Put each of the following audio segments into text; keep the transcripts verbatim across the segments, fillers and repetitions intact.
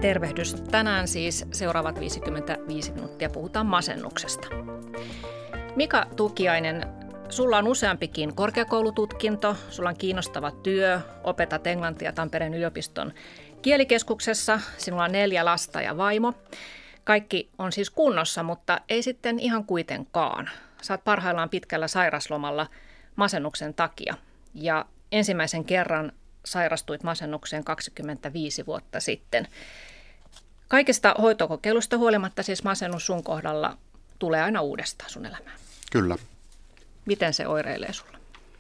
Tervehdys. Tänään siis seuraavat viisikymmentäviisi minuuttia puhutaan masennuksesta. Mika Tukiainen, sulla on useampikin korkeakoulututkinto, sulla on kiinnostava työ, opetat englantia Tampereen yliopiston kielikeskuksessa, sinulla on neljä lasta ja vaimo. Kaikki on siis kunnossa, mutta ei sitten ihan kuitenkaan. Sä oot parhaillaan pitkällä sairaslomalla masennuksen takia ja ensimmäisen kerran sairastuit masennukseen kaksikymmentäviisi vuotta sitten. Kaikista hoitokokeilusta huolimatta siis masennus sun kohdalla tulee aina uudestaan sun elämään. Kyllä. Miten se oireilee sulla?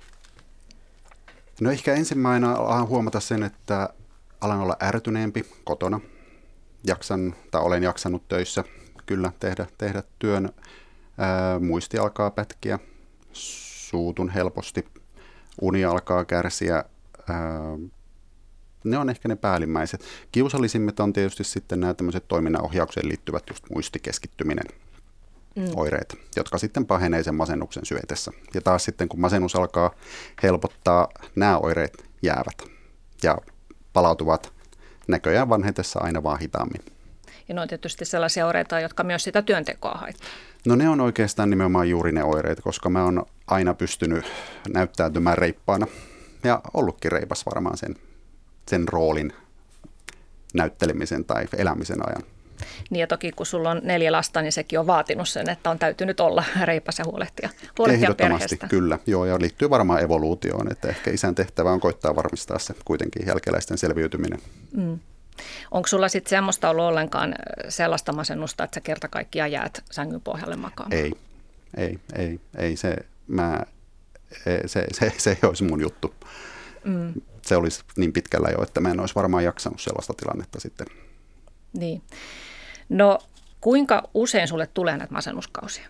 No ehkä ensimmäinen alan huomata sen, että alan olla ärtyneempi kotona. Jaksan, tai olen jaksanut töissä kyllä tehdä, tehdä työn. Ää, muisti alkaa pätkiä, suutun helposti, uni alkaa kärsiä. Ää, ne on ehkä ne päällimmäiset. Kiusallisimmat on tietysti sitten nämä tämmöiset toiminnanohjaukseen liittyvät just muistikeskittyminen. Mm. oireet, jotka sitten pahenee sen masennuksen syötessä. Ja taas sitten, kun masennus alkaa helpottaa, nämä oireet jäävät ja palautuvat näköjään vanhetessa aina vaan hitaammin. Ja ne on tietysti sellaisia oireita, jotka myös sitä työntekoa haittaa. No ne on oikeastaan nimenomaan juuri ne oireet, koska mä oon aina pystynyt näyttäytymään reippaana ja ollutkin reipas varmaan sen, sen roolin näyttelemisen tai elämisen ajan. Niin ja toki kun sulla on neljä lasta, niin sekin on vaatinut sen, että on täytynyt olla reipas ja huolehtia, huolehtia Ehdottomasti, perheestä. kyllä. Joo, ja liittyy varmaan evoluutioon, että ehkä isän tehtävä on koittaa varmistaa se kuitenkin jälkeläisten selviytyminen. Mm. Onko sulla sitten semmoista ollut ollenkaan sellaista masennusta, että sä kerta kaikkiaan jäät sängyn pohjalle makaamaan? Ei, ei, ei, ei se, mä, se, se, se ei olisi mun juttu. Mm. Se olisi niin pitkällä jo, että mä en olisi varmaan jaksanut sellaista tilannetta sitten. Niin. No kuinka usein sulle tulee näitä masennuskausia?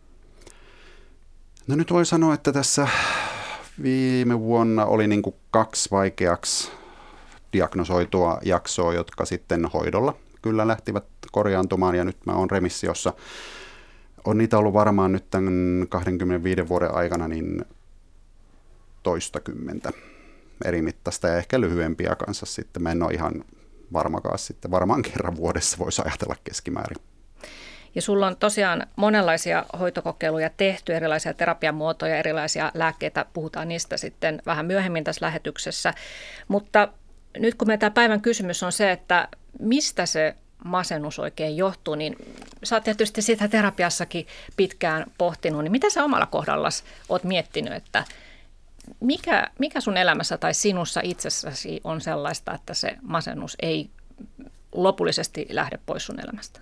No nyt voi sanoa, että tässä viime vuonna oli niin kuin kaksi vaikeaksi diagnosoitua jaksoa, jotka sitten hoidolla kyllä lähtivät korjaantumaan ja nyt mä oon remissiossa. On niitä ollut varmaan nyt tämän kaksikymmentäviisi vuoden aikana niin toistakymmentä eri mittaista ja ehkä lyhyempiä kanssa sitten. Mä en ole ihan varmakaan sitten. Varmaan kerran vuodessa voisi ajatella keskimäärin. Ja sulla on tosiaan monenlaisia hoitokokeiluja tehty, erilaisia terapiamuotoja, erilaisia lääkkeitä. Puhutaan niistä sitten vähän myöhemmin tässä lähetyksessä. Mutta nyt kun meidän tämä päivän kysymys on se, että mistä se masennus oikein johtuu, niin sä oot tietysti sitä terapiassakin pitkään pohtinut. Niin mitä sä omalla kohdallasi oot miettinyt, että Mikä, mikä sun elämässä tai sinussa itsessäsi on sellaista, että se masennus ei lopullisesti lähde pois sun elämästä?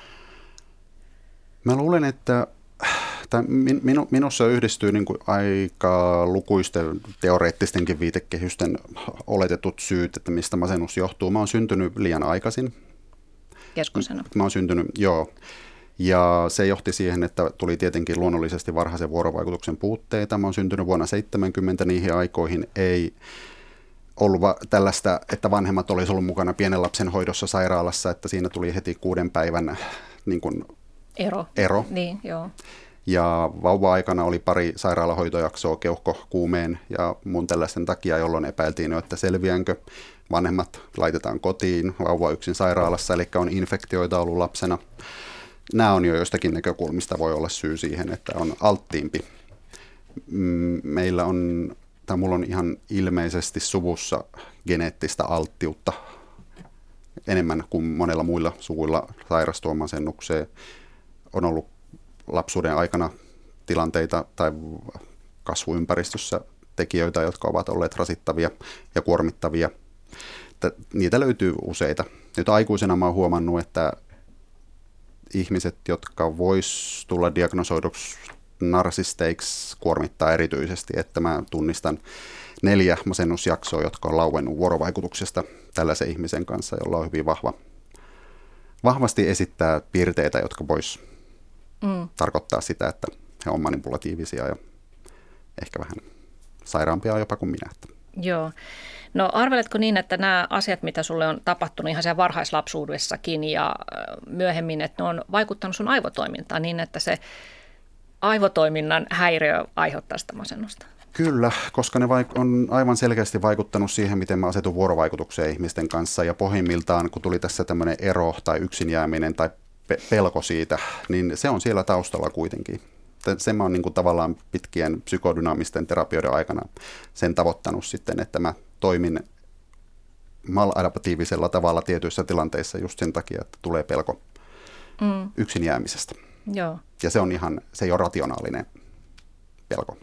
Mä luulen, että minu, minussa yhdistyy niin kuin aika lukuisten teoreettistenkin viitekehysten oletetut syyt, että mistä masennus johtuu. Mä oon syntynyt liian aikaisin. Keskosena. Mä oon syntynyt, joo. Ja se johti siihen, että tuli tietenkin luonnollisesti varhaisen vuorovaikutuksen puutteita. Mä oon syntynyt vuonna seitsemänkymmentä, niihin aikoihin ei ollut va- tällaista, että vanhemmat olisi ollut mukana pienen lapsen hoidossa sairaalassa, että siinä tuli heti kuuden päivän niin kuin ero. ero. Niin, joo. Ja vauva-aikana oli pari sairaalahoitojaksoa keuhkokuumeen ja mun tällaisen takia, jolloin epäiltiin jo, että selviänkö. Vanhemmat laitetaan kotiin, vauva yksin sairaalassa, eli on infektioita ollut lapsena. Nämä on jo jostakin näkökulmista voi olla syy siihen, että on alttiimpi. Meillä on, tai mulla on ihan ilmeisesti suvussa geneettistä alttiutta enemmän kuin monella muilla suvuilla sairastua masennukseen. On ollut lapsuuden aikana tilanteita tai kasvuympäristössä tekijöitä, jotka ovat olleet rasittavia ja kuormittavia. Niitä löytyy useita. Nyt aikuisena mä oon huomannut, että ihmiset, jotka vois tulla diagnosoiduksi narsisteiksi, kuormittaa erityisesti, että mä tunnistan neljä masennusjaksoa, jotka on lauennut vuorovaikutuksesta tällaisen ihmisen kanssa, jolla on hyvin vahva, vahvasti esittää piirteitä, jotka vois mm. tarkoittaa sitä, että he on manipulatiivisia ja ehkä vähän sairaampia jopa kuin minä. Joo. No arveletko niin, että nämä asiat, mitä sulle on tapahtunut ihan siellä varhaislapsuudessakin ja myöhemmin, että ne on vaikuttanut sun aivotoimintaan niin, että se aivotoiminnan häiriö aiheuttaa sitä masennusta? Kyllä, koska ne vaik- on aivan selkeästi vaikuttanut siihen, miten mä asetun vuorovaikutukseen ihmisten kanssa. Ja pohjimmiltaan, kun tuli tässä tämmöinen ero tai yksin jääminen tai pe- pelko siitä, niin se on siellä taustalla kuitenkin. Sen mä oon niin kuin tavallaan pitkien psykodynaamisten terapioiden aikana sen tavoittanut sitten, että mä toimin maladaptiivisella tavalla tietyissä tilanteissa just sen takia, että tulee pelko mm. yksin jäämisestä. Joo. Ja se on ihan, se ei ole rationaalinen pelko.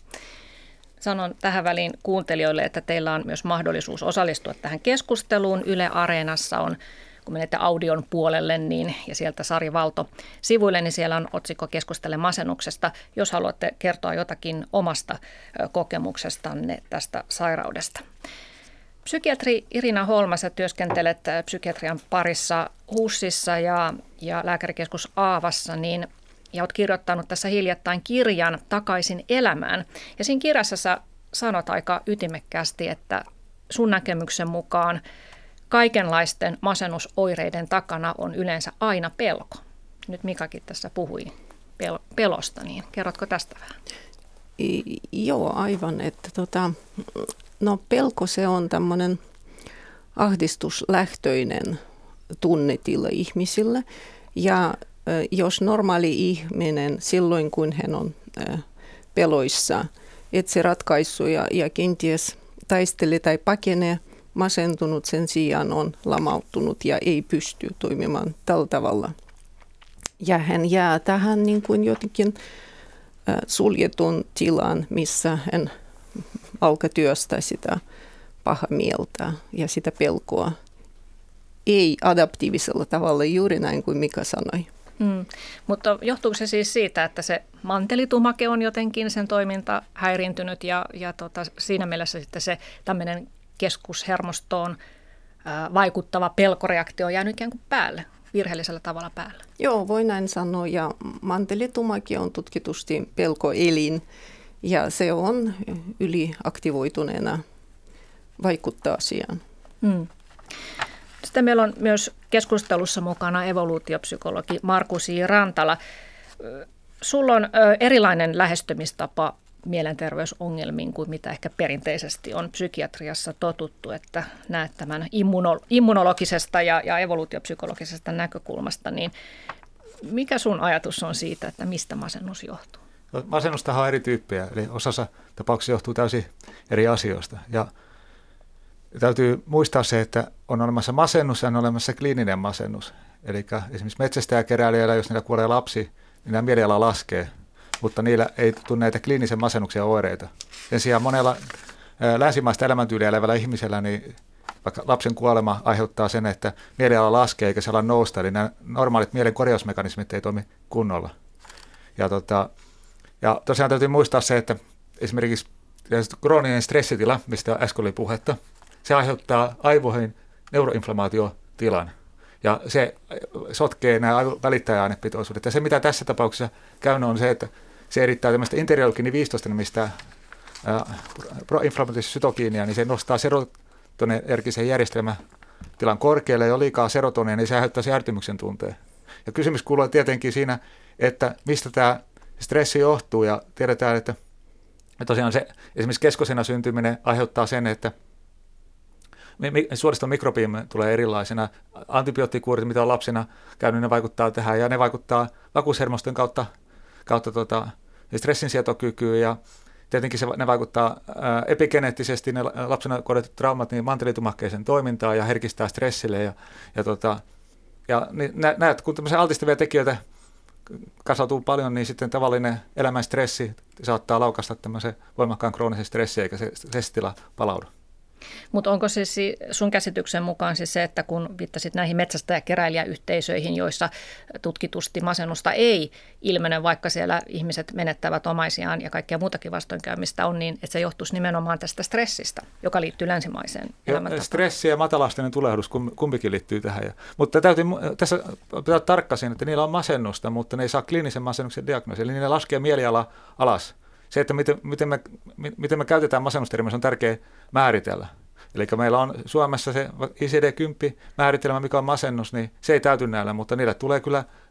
Sanon tähän väliin kuuntelijoille, että teillä on myös mahdollisuus osallistua tähän keskusteluun. Yle Areenassa on, kun menette audion puolelle niin, ja sieltä Sari Valto sivuille, niin siellä on otsikko Keskustele masennuksesta, jos haluatte kertoa jotakin omasta kokemuksestanne tästä sairaudesta. Psykiatri Irina Holma, sä työskentelet psykiatrian parissa HUSissa ja, ja lääkärikeskus Aavassa, niin ja olet kirjoittanut tässä hiljattain kirjan Takaisin elämään. Ja siinä kirjassa sä sanot aika ytimekkäästi, että sun näkemyksen mukaan kaikenlaisten masennusoireiden takana on yleensä aina pelko. Nyt Mikakin tässä puhui pel- pelosta, niin kerrotko tästä vähän? I, joo, aivan. Että tota, no pelko se on tämmöinen ahdistuslähtöinen tunnetila ihmisille ja jos normaali ihminen silloin, kun hän on peloissa, etsi ratkaisuja ja kenties taistelee tai pakenee, masentunut sen sijaan on lamauttunut ja ei pysty toimimaan tällä tavalla. Ja hän jää tähän niin kuin jotenkin suljetun tilaan, missä hän alkaa työstää sitä paha mieltä ja sitä pelkoa. Ei adaptiivisella tavalla, juuri näin kuin Mika sanoi. Mm. Mutta johtuuko se siis siitä, että se mantelitumake on jotenkin sen toiminta häiriintynyt ja, ja tota, siinä mielessä sitten se tämmöinen keskushermostoon ää, vaikuttava pelkoreaktio on jäänyt ikään kuin päälle, virheellisellä tavalla päälle? Joo, voi näin sanoa ja mantelitumake on tutkitusti pelkoelin ja se on yliaktivoituneena vaikuttaa asiaan. Mm. Sitten meillä on myös keskustelussa mukana evoluutiopsykologi Markus J. Rantala. Sulla on erilainen lähestymistapa mielenterveysongelmiin kuin mitä ehkä perinteisesti on psykiatriassa totuttu, että näet tämän immuno- immunologisesta ja, ja evoluutiopsykologisesta näkökulmasta. Niin mikä sun ajatus on siitä, että mistä masennus johtuu? Masennustahan on eri tyyppejä, eli osassa tapauksissa johtuu täysin eri asioista. Ja täytyy muistaa se, että on olemassa masennus ja on olemassa kliininen masennus. Eli esimerkiksi metsästäjäkeräilijöillä, jos niillä kuolee lapsi, niin nämä mieliala laskee, mutta niillä ei tule näitä kliinisen masennuksen oireita. Sen sijaan monella länsimaista elämäntyyliä elävällä ihmisellä, niin vaikka lapsen kuolema aiheuttaa sen, että mieliala laskee eikä se ala nousta, eli nämä normaalit mielen korjausmekanismit ei toimi kunnolla. Ja, tota, ja tosiaan täytyy muistaa se, että esimerkiksi krooninen stressitila, mistä äsken oli puhetta, se aiheuttaa aivoihin neuroinflamaatiotilan ja se sotkee nämä välittäjäainepitoisuudet. Ja se, mitä tässä tapauksessa käynyt, on se, että se erittää tämmöistä interleukini viisitoista nimistä proinflammatiivista sytokiinia, niin se nostaa serotoninergisen järjestelmätilan korkealle ja liikaa serotonia, niin se aiheuttaa se ärtymyksen tunteen. Ja kysymys kuuluu tietenkin siinä, että mistä tämä stressi johtuu ja tiedetään, että tosiaan se esimerkiksi keskosena syntyminen aiheuttaa sen, että suoriston mikrobiimme tulee erilaisena. Antibioottikuurit, mitä on lapsena käynyt, ne vaikuttaa tähän ja ne vaikuttaa vakuushermostojen kautta, kautta tota, stressinsietokykyyn ja tietenkin se, ne vaikuttaa ää, epigeneettisesti, ne lapsena kohdetut traumat, niin mantelitumakkeisen toimintaan ja herkistää stressille ja, ja, tota, ja niin, nä, näet, kun tämmöisiä altistavia tekijöitä kasautuu paljon, niin sitten tavallinen elämän stressi saattaa laukasta tämmöisen voimakkaan kroonisen stressin, eikä se stressitila palaudu. Mutta onko se sun käsityksen mukaan siis se, että kun viittasit näihin metsästäjäkeräilijäyhteisöihin, joissa tutkitusti masennusta ei ilmene, vaikka siellä ihmiset menettävät omaisiaan ja kaikkea muutakin vastoinkäymistä on, niin että se johtuisi nimenomaan tästä stressistä, joka liittyy länsimaiseen elämäntapaan? Stressi ja matalasteinen tulehdus, kumpikin liittyy tähän. Mutta täytyy, tässä pitää tarkkaan siinä, että niillä on masennusta, mutta ne ei saa kliinisen masennuksen diagnoosia, eli ne laskee mieliala alas. Se, että miten, miten, me, miten me käytetään masennustermiä, se on tärkeä määritellä. Eli meillä on Suomessa se I C D kymmenen määritelmä, mikä on masennus, niin se ei täyty näillä, mutta niille tulee kyllä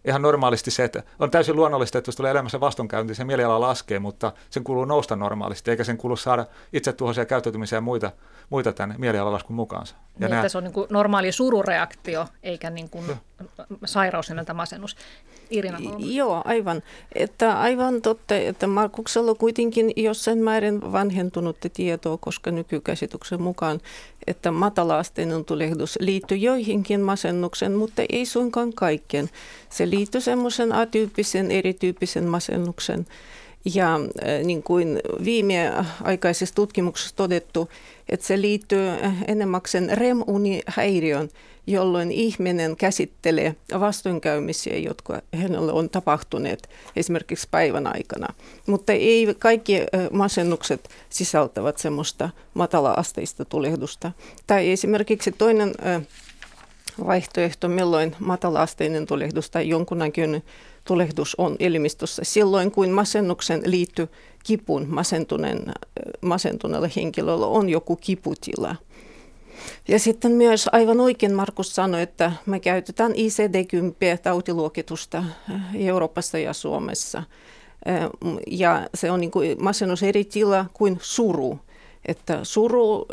ihan normaalisti se, että on täysin luonnollista, että jos tulee elämässä vastoinkäynti, se mieliala laskee, mutta sen kuuluu nousta normaalisti, eikä sen kuulu saada itsetuhoisia käyttäytymisiä ja muita, muita tämän mielialalaskun mukaansa. Ja niin, nämä... se on niin kuin normaali surureaktio, eikä niin kuin sairaus nimeltä masennus. Irina Holma. Joo, aivan. Että aivan totta, että Markuksella on kuitenkin jossain määrin vanhentunutta tietoa, koska nykykäsityksen mukaan, että matala-asteinen tulehdus liittyy joihinkin masennuksen, mutta ei suinkaan kaikkeen. Se liittyy semmoisen atyyppisen, erityyppisen masennuksen. Ja niin kuin viimeaikaisissa tutkimuksissa todettu, että se liittyy enemmäkseen R E M-unihäiriön, jolloin ihminen käsittelee vastoinkäymisiä, jotka hänelle on tapahtuneet esimerkiksi päivän aikana. Mutta ei kaikki masennukset sisältävät semmoista matala-asteista tulehdusta. Tai esimerkiksi toinen vaihtoehto, milloin matala-asteinen tulehdus tai jonkunnäköinen tulehdus on elimistössä silloin, kun masennuksen liittyy kipuun. Masentuneen, masentuneella henkilöllä on joku kiputila. Ja sitten myös aivan oikein Markus sanoi, että me käytetään I C D kymmenen tautiluokitusta Euroopassa ja Suomessa. Ja se on niin kuin masennus eri tila kuin suru. Että suru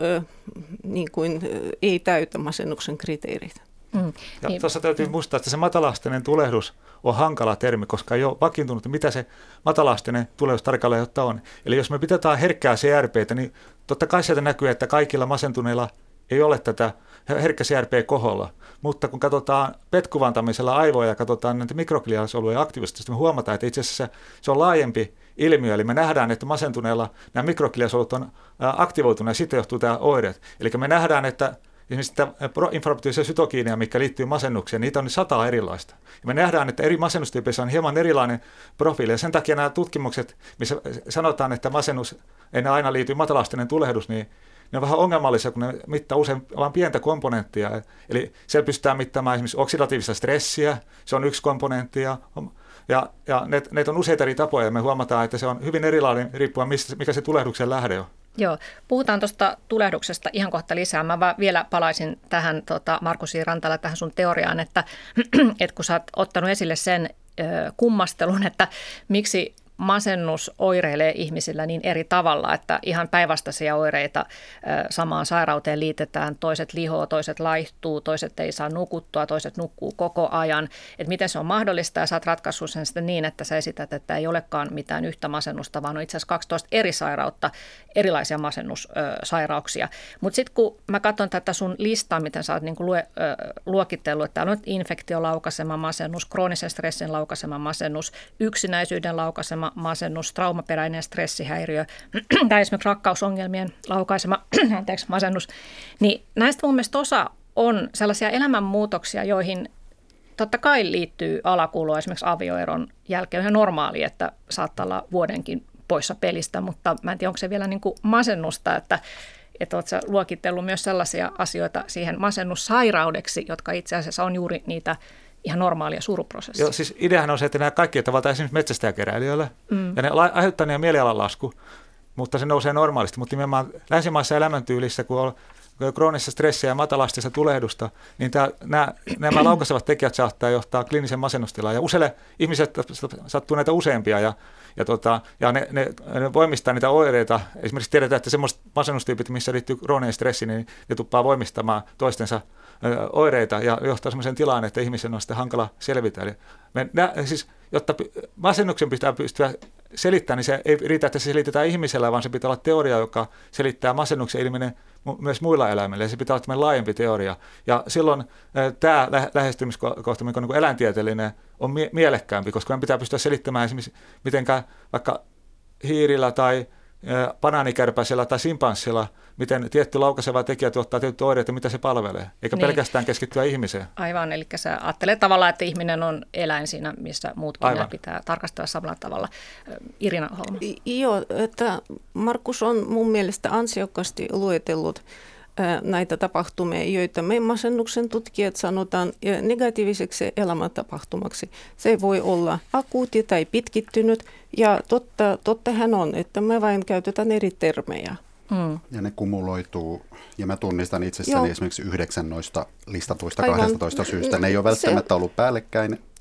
niin kuin ei täytä masennuksen kriteerit. Mm. Ja niin. tuossa täytyy muistaa, että se matala-asteinen tulehdus on hankala termi, koska ei ole vakiintunut, mitä se matala-asteinen tulehdus tarkalleen ottaen on. Eli jos me pidetään herkkää C R P:tä, niin totta kai sieltä näkyy, että kaikilla masentuneilla ei ole tätä herkkä C R P-koholla. Mutta kun katsotaan P E T-kuvantamisella aivoja ja katsotaan näitä mikrogliaalisolujen aktiivisuutta, me huomataan, että itse asiassa se on laajempi ilmiö. Eli me nähdään, että masentuneilla nämä mikrogliasolut on aktivoituneet ja siitä johtuu tämä oireet. Eli me nähdään, että esimerkiksi informatiivisia sytokiineja, mikä liittyy masennukseen, niitä on sataa erilaista. Ja me nähdään, että eri masennustyypeissä on hieman erilainen profiili. Ja sen takia nämä tutkimukset, missä sanotaan, että masennus ei aina liity matala-asteinen tulehdus, niin ne on vähän ongelmallisia, kun ne mittaa usein vain pientä komponenttia. Eli siellä pystytään mittaamaan esimerkiksi oksidatiivista stressiä, se on yksi komponentti, ja, ja, ja ne, ne on useita eri tapoja, ja me huomataan, että se on hyvin erilainen riippuen, mistä, mikä se tulehduksen lähde on. Joo, puhutaan tuosta tulehduksesta ihan kohta lisää. Mä vielä palaisin tähän tota, Markus I. Rantala, tähän sun teoriaan, että, että kun sä oot ottanut esille sen ö, kummastelun, että miksi masennus oireilee ihmisillä niin eri tavalla, että ihan päinvastaisia oireita samaan sairauteen liitetään. Toiset lihoo, toiset laihtuu, toiset ei saa nukuttua, toiset nukkuu koko ajan. Että miten se on mahdollista ja sä oot ratkaissut sen sitten niin, että sä esität, että ei olekaan mitään yhtä masennusta, vaan on itse asiassa kaksitoista eri sairautta, erilaisia masennussairauksia. Mutta sitten kun mä katson tätä sun listaa, miten sä oot niinku lue, luokitellut, että täällä on infektiolaukaisema masennus, kroonisen stressin laukaisema masennus, yksinäisyyden laukaisema masennus, traumaperäinen stressihäiriö tai esimerkiksi rakkausongelmien laukaisema anteeksi, masennus, niin näistä mun mielestä osa on sellaisia elämänmuutoksia, joihin totta kai liittyy alakuloa esimerkiksi avioeron jälkeen. On ihan normaali, että saattaa olla vuodenkin poissa pelistä, mutta mä en tiedä, onko se vielä niin kuin masennusta, että että oletko sä luokitellut myös sellaisia asioita siihen masennussairaudeksi, jotka itse asiassa on juuri niitä ihan normaalia suruprosessia. Joo, siis ideahan on se, että nämä kaikki tavataan esimerkiksi metsästäjäkeräilijöillä, mm. ja ne aiheuttaa niitä mielialan lasku, mutta se nousee normaalisti. Mutta nimenomaan länsimaisessa elämäntyylissä, kun on kroonista stressiä ja matalasteista tulehdusta, niin tämä, nämä, nämä laukaisevat tekijät saattaa johtaa kliinisen masennustilaan. Ja useille ihmiset sattuu näitä useampia, ja, ja, tota, ja ne, ne, ne voimistaa niitä oireita. Esimerkiksi tiedetään, että semmoiset masennustyypit, missä liittyy krooninen stressi, niin ne tuppaa voimistamaan toistensa oireita ja johtaa sellaiseen tilaan, että ihmisen on sitten hankala selvitä. Eli me, nä, siis, jotta masennuksen pitää pystyä selittämään, niin se ei riitä, että se selitetään ihmisellä, vaan se pitää olla teoria, joka selittää masennuksen ilmenen myös muilla eläimillä, ja se pitää olla tämmöinen laajempi teoria. Ja silloin tämä lähestymiskohta, mikä on niin eläintieteellinen, on mie- mielekkäämpi, koska meidän pitää pystyä selittämään esimerkiksi, mitenkä vaikka hiirillä tai banaanikärpäisellä tai simpanssilla, miten tietty laukaiseva tekijä tuottaa tiettyä oireita, mitä se palvelee, eikä niin. pelkästään keskittyä ihmiseen. Aivan, eli sä ajattelet tavallaan, että ihminen on eläin siinä, missä muutkin pitää tarkastella samalla tavalla. Irina Holma. Joo, että Markus on mun mielestä ansiokkaasti luetellut näitä tapahtumia, joita me masennuksen tutkijat sanotaan negatiiviseksi elämäntapahtumaksi. Se voi olla akuutti tai pitkittynyt, ja totta, totta hän on, että me vain käytetään eri termejä. Mm. Ja ne kumuloituu, ja mä tunnistan itsessäni Joo. esimerkiksi yhdeksän noista listatuista kahdestatoista syystä. Ne ei ole välttämättä se, ollut päällekkäin,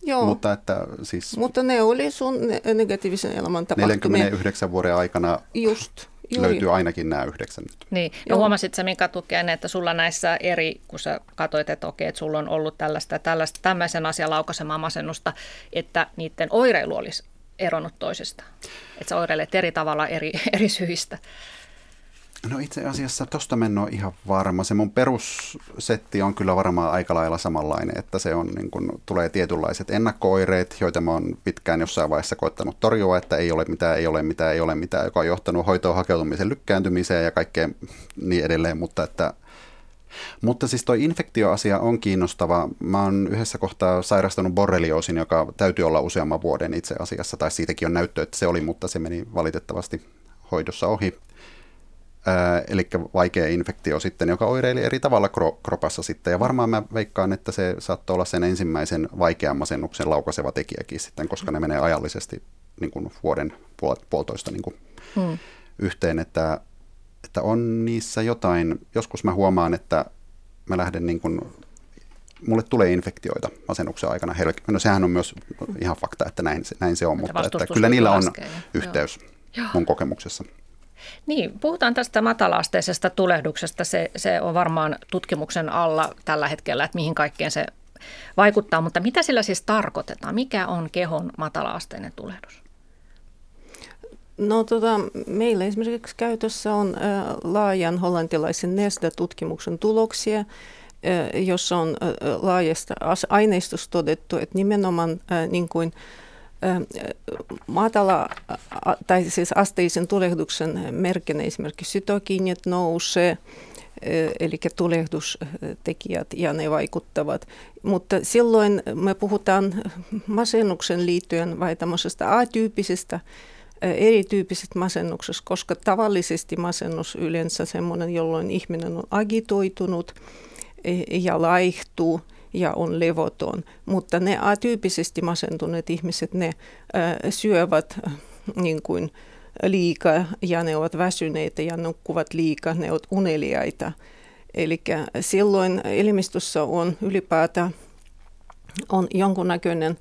Joo. Mutta, että siis Mutta ne oli sun negatiivisen elämän tapahtumia. neljänkymmenenyhdeksän vuoden aikana Just. löytyy ainakin nämä yhdeksän nyt. Niin, no huomasit sä Mika Tukiainen, että sulla näissä eri, kun sä katsoit, että okei, että sulla on ollut tällaista, tällaista tämmöisen asian laukaisemaa masennusta, että niiden oireilu olisi eronnut toisistaan. Että sä oireilet eri tavalla eri, eri syistä. No itse asiassa tosta mä en ole ihan varma. Se mun perussetti on kyllä varmaan aika lailla samanlainen, että se on niin kun, tulee tietynlaiset ennakko-oireet, joita mä oon pitkään jossain vaiheessa koettanut torjua, että ei ole mitään, ei ole mitään, ei ole mitään, joka on johtanut hoitoon hakeutumisen lykkääntymiseen ja kaikkeen niin edelleen, mutta että Mutta siis toi infektioasia on kiinnostava. Mä oon yhdessä kohtaa sairastanut borrelioosin, joka täytyy olla useamman vuoden itse asiassa, tai siitäkin on näyttö, että se oli, mutta se meni valitettavasti hoidossa ohi. Ää, eli vaikea infektio sitten, joka oireili eri tavalla kro- kropassa sitten. Ja varmaan mä veikkaan, että se saattoi olla sen ensimmäisen vaikean masennuksen laukaiseva tekijäkin sitten, koska ne menee ajallisesti niin kuin vuoden puol- puolitoista niin kuin hmm. yhteen, että että on niissä jotain, joskus mä huomaan, että mä lähden niin kuin, mulle tulee infektioita masennuksen aikana. No sehän on myös ihan fakta, että näin, näin se on, mutta että kyllä niillä on laskee, yhteys joo. mun kokemuksessa. Niin, puhutaan tästä matala-asteisesta tulehduksesta. Se, se on varmaan tutkimuksen alla tällä hetkellä, että mihin kaikkeen se vaikuttaa, mutta mitä sillä siis tarkoitetaan? Mikä on kehon matala-asteinen tulehdus? No tota, meillä esimerkiksi käytössä on äh, laajan hollantilaisen Nesda-tutkimuksen tuloksia, äh, jossa on äh, laajasta aineistosta todettu, että nimenomaan äh, niin kuin, äh, matala äh, tai siis asteisen tulehduksen merkkinä esimerkiksi sytokiinit nousee, äh, eli tulehdustekijät ja ne vaikuttavat. Mutta silloin me puhutaan masennuksen liittyen vai tämmöisestä A-tyyppisestä erityyppiset masennuksessa, koska tavallisesti masennus yleensä semmoinen, jolloin ihminen on agitoitunut ja laihtuu ja on levoton. Mutta ne atyyppisesti masentuneet ihmiset, ne syövät niin kuin liikaa ja ne ovat väsyneitä ja nukkuvat liikaa, ne ovat uneliaita. Eli silloin elimistössä on ylipäätään on jonkunnäköinen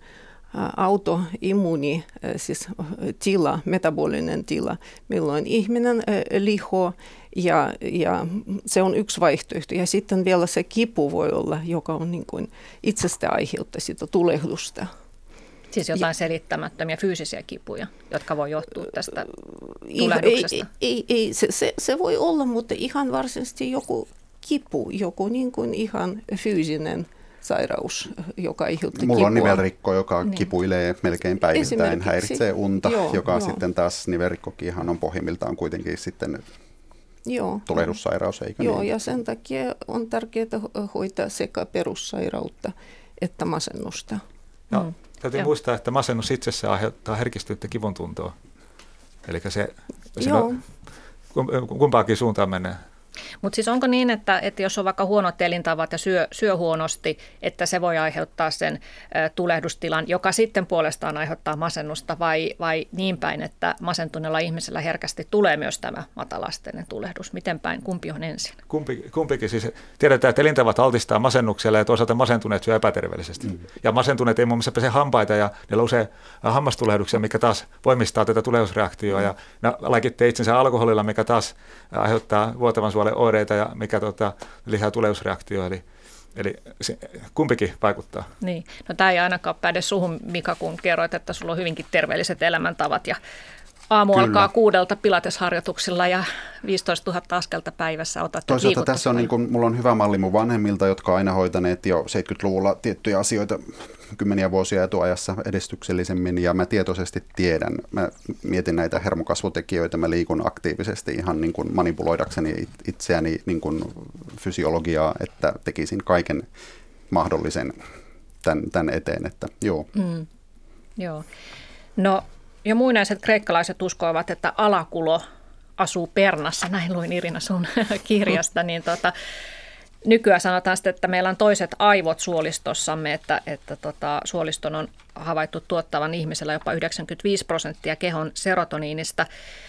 autoimmuuni, siis tila, metabolinen tila, milloin ihminen lihoo ja, ja se on yksi vaihtoehto. Ja sitten vielä se kipu voi olla, joka on niin kuin itsestä aiheuttaa sitä tulehdusta. Siis jotain ja, selittämättömiä fyysisiä kipuja, jotka voi johtua tästä tulehduksesta? Ei, ei, ei se, se, se voi olla, mutta ihan varsinaisesti joku kipu, joku niin kuin ihan fyysinen sairaus, joka aiheuttaa kipua. Mulla on nivelrikko, joka niin. kipuilee melkein päivittäin, häiritsee unta, joo, joka joo. sitten taas nivelrikkokinhan on pohjimmiltaan kuitenkin sitten joo. tulehdussairaus, eikö joo, niin? Ja sen takia on tärkeää hoitaa sekä perussairautta että masennusta. Ja, mm. Täytyy ja. muistaa, että masennus itsessään aiheuttaa herkistyyttä kivun tuntoa. Eli se, se on, kumpaakin suuntaan menee. Mutta siis onko niin, että, että jos on vaikka huonot elintavat ja syö, syö huonosti, että se voi aiheuttaa sen ä, tulehdustilan, joka sitten puolestaan aiheuttaa masennusta, vai, vai niin päin, että masentuneella ihmisellä herkästi tulee myös tämä matalasteinen tulehdus? Miten päin? Kumpi on ensin? Kumpi, kumpikin. Siis tiedetään, että elintavat altistaa masennukselle ja toisaalta masentuneet syö epäterveellisesti. Mm. Ja masentuneet ei muun muassa pese hampaita ja niillä on usein hammastulehduksia, mikä taas voimistaa tätä tulehdusreaktiota. Mm. Ja ne lääkitte itsensä alkoholilla, mikä taas aiheuttaa vuotavan suolen oireita ja mikä tota, lisää tulehdusreaktioa, eli, eli se, kumpikin vaikuttaa. Niin, no tämä ei ainakaan päde suhun, Mika, kun kerroit, että sulla on hyvinkin terveelliset elämäntavat ja aamu Kyllä. alkaa kuudelta pilatesharjoituksilla ja viisitoistatuhatta askelta päivässä otat. Toisaalta tässä on, niin kuin, mulla on hyvä malli mun vanhemmilta, jotka on aina hoitaneet jo seitsemänkymmentäluvulla tiettyjä asioita kymmeniä vuosia etuajassa edistyksellisemmin, ja mä tietoisesti tiedän. Mä mietin näitä hermokasvutekijöitä, mä liikun aktiivisesti ihan niin kuin manipuloidakseni itseäni niin kuin fysiologiaa, että tekisin kaiken mahdollisen tämän, tämän eteen, että joo. Mm, joo. No, ja muinaiset kreikkalaiset uskoivat, että alakulo asuu pernassa, näin luin Irina sun kirjasta, niin tota, nykyään sanotaan sitten, että meillä on toiset aivot suolistossamme, että, että tota, suoliston on havaittu tuottavan ihmisellä jopa yhdeksänkymmentäviisi prosenttia kehon serotoniinista.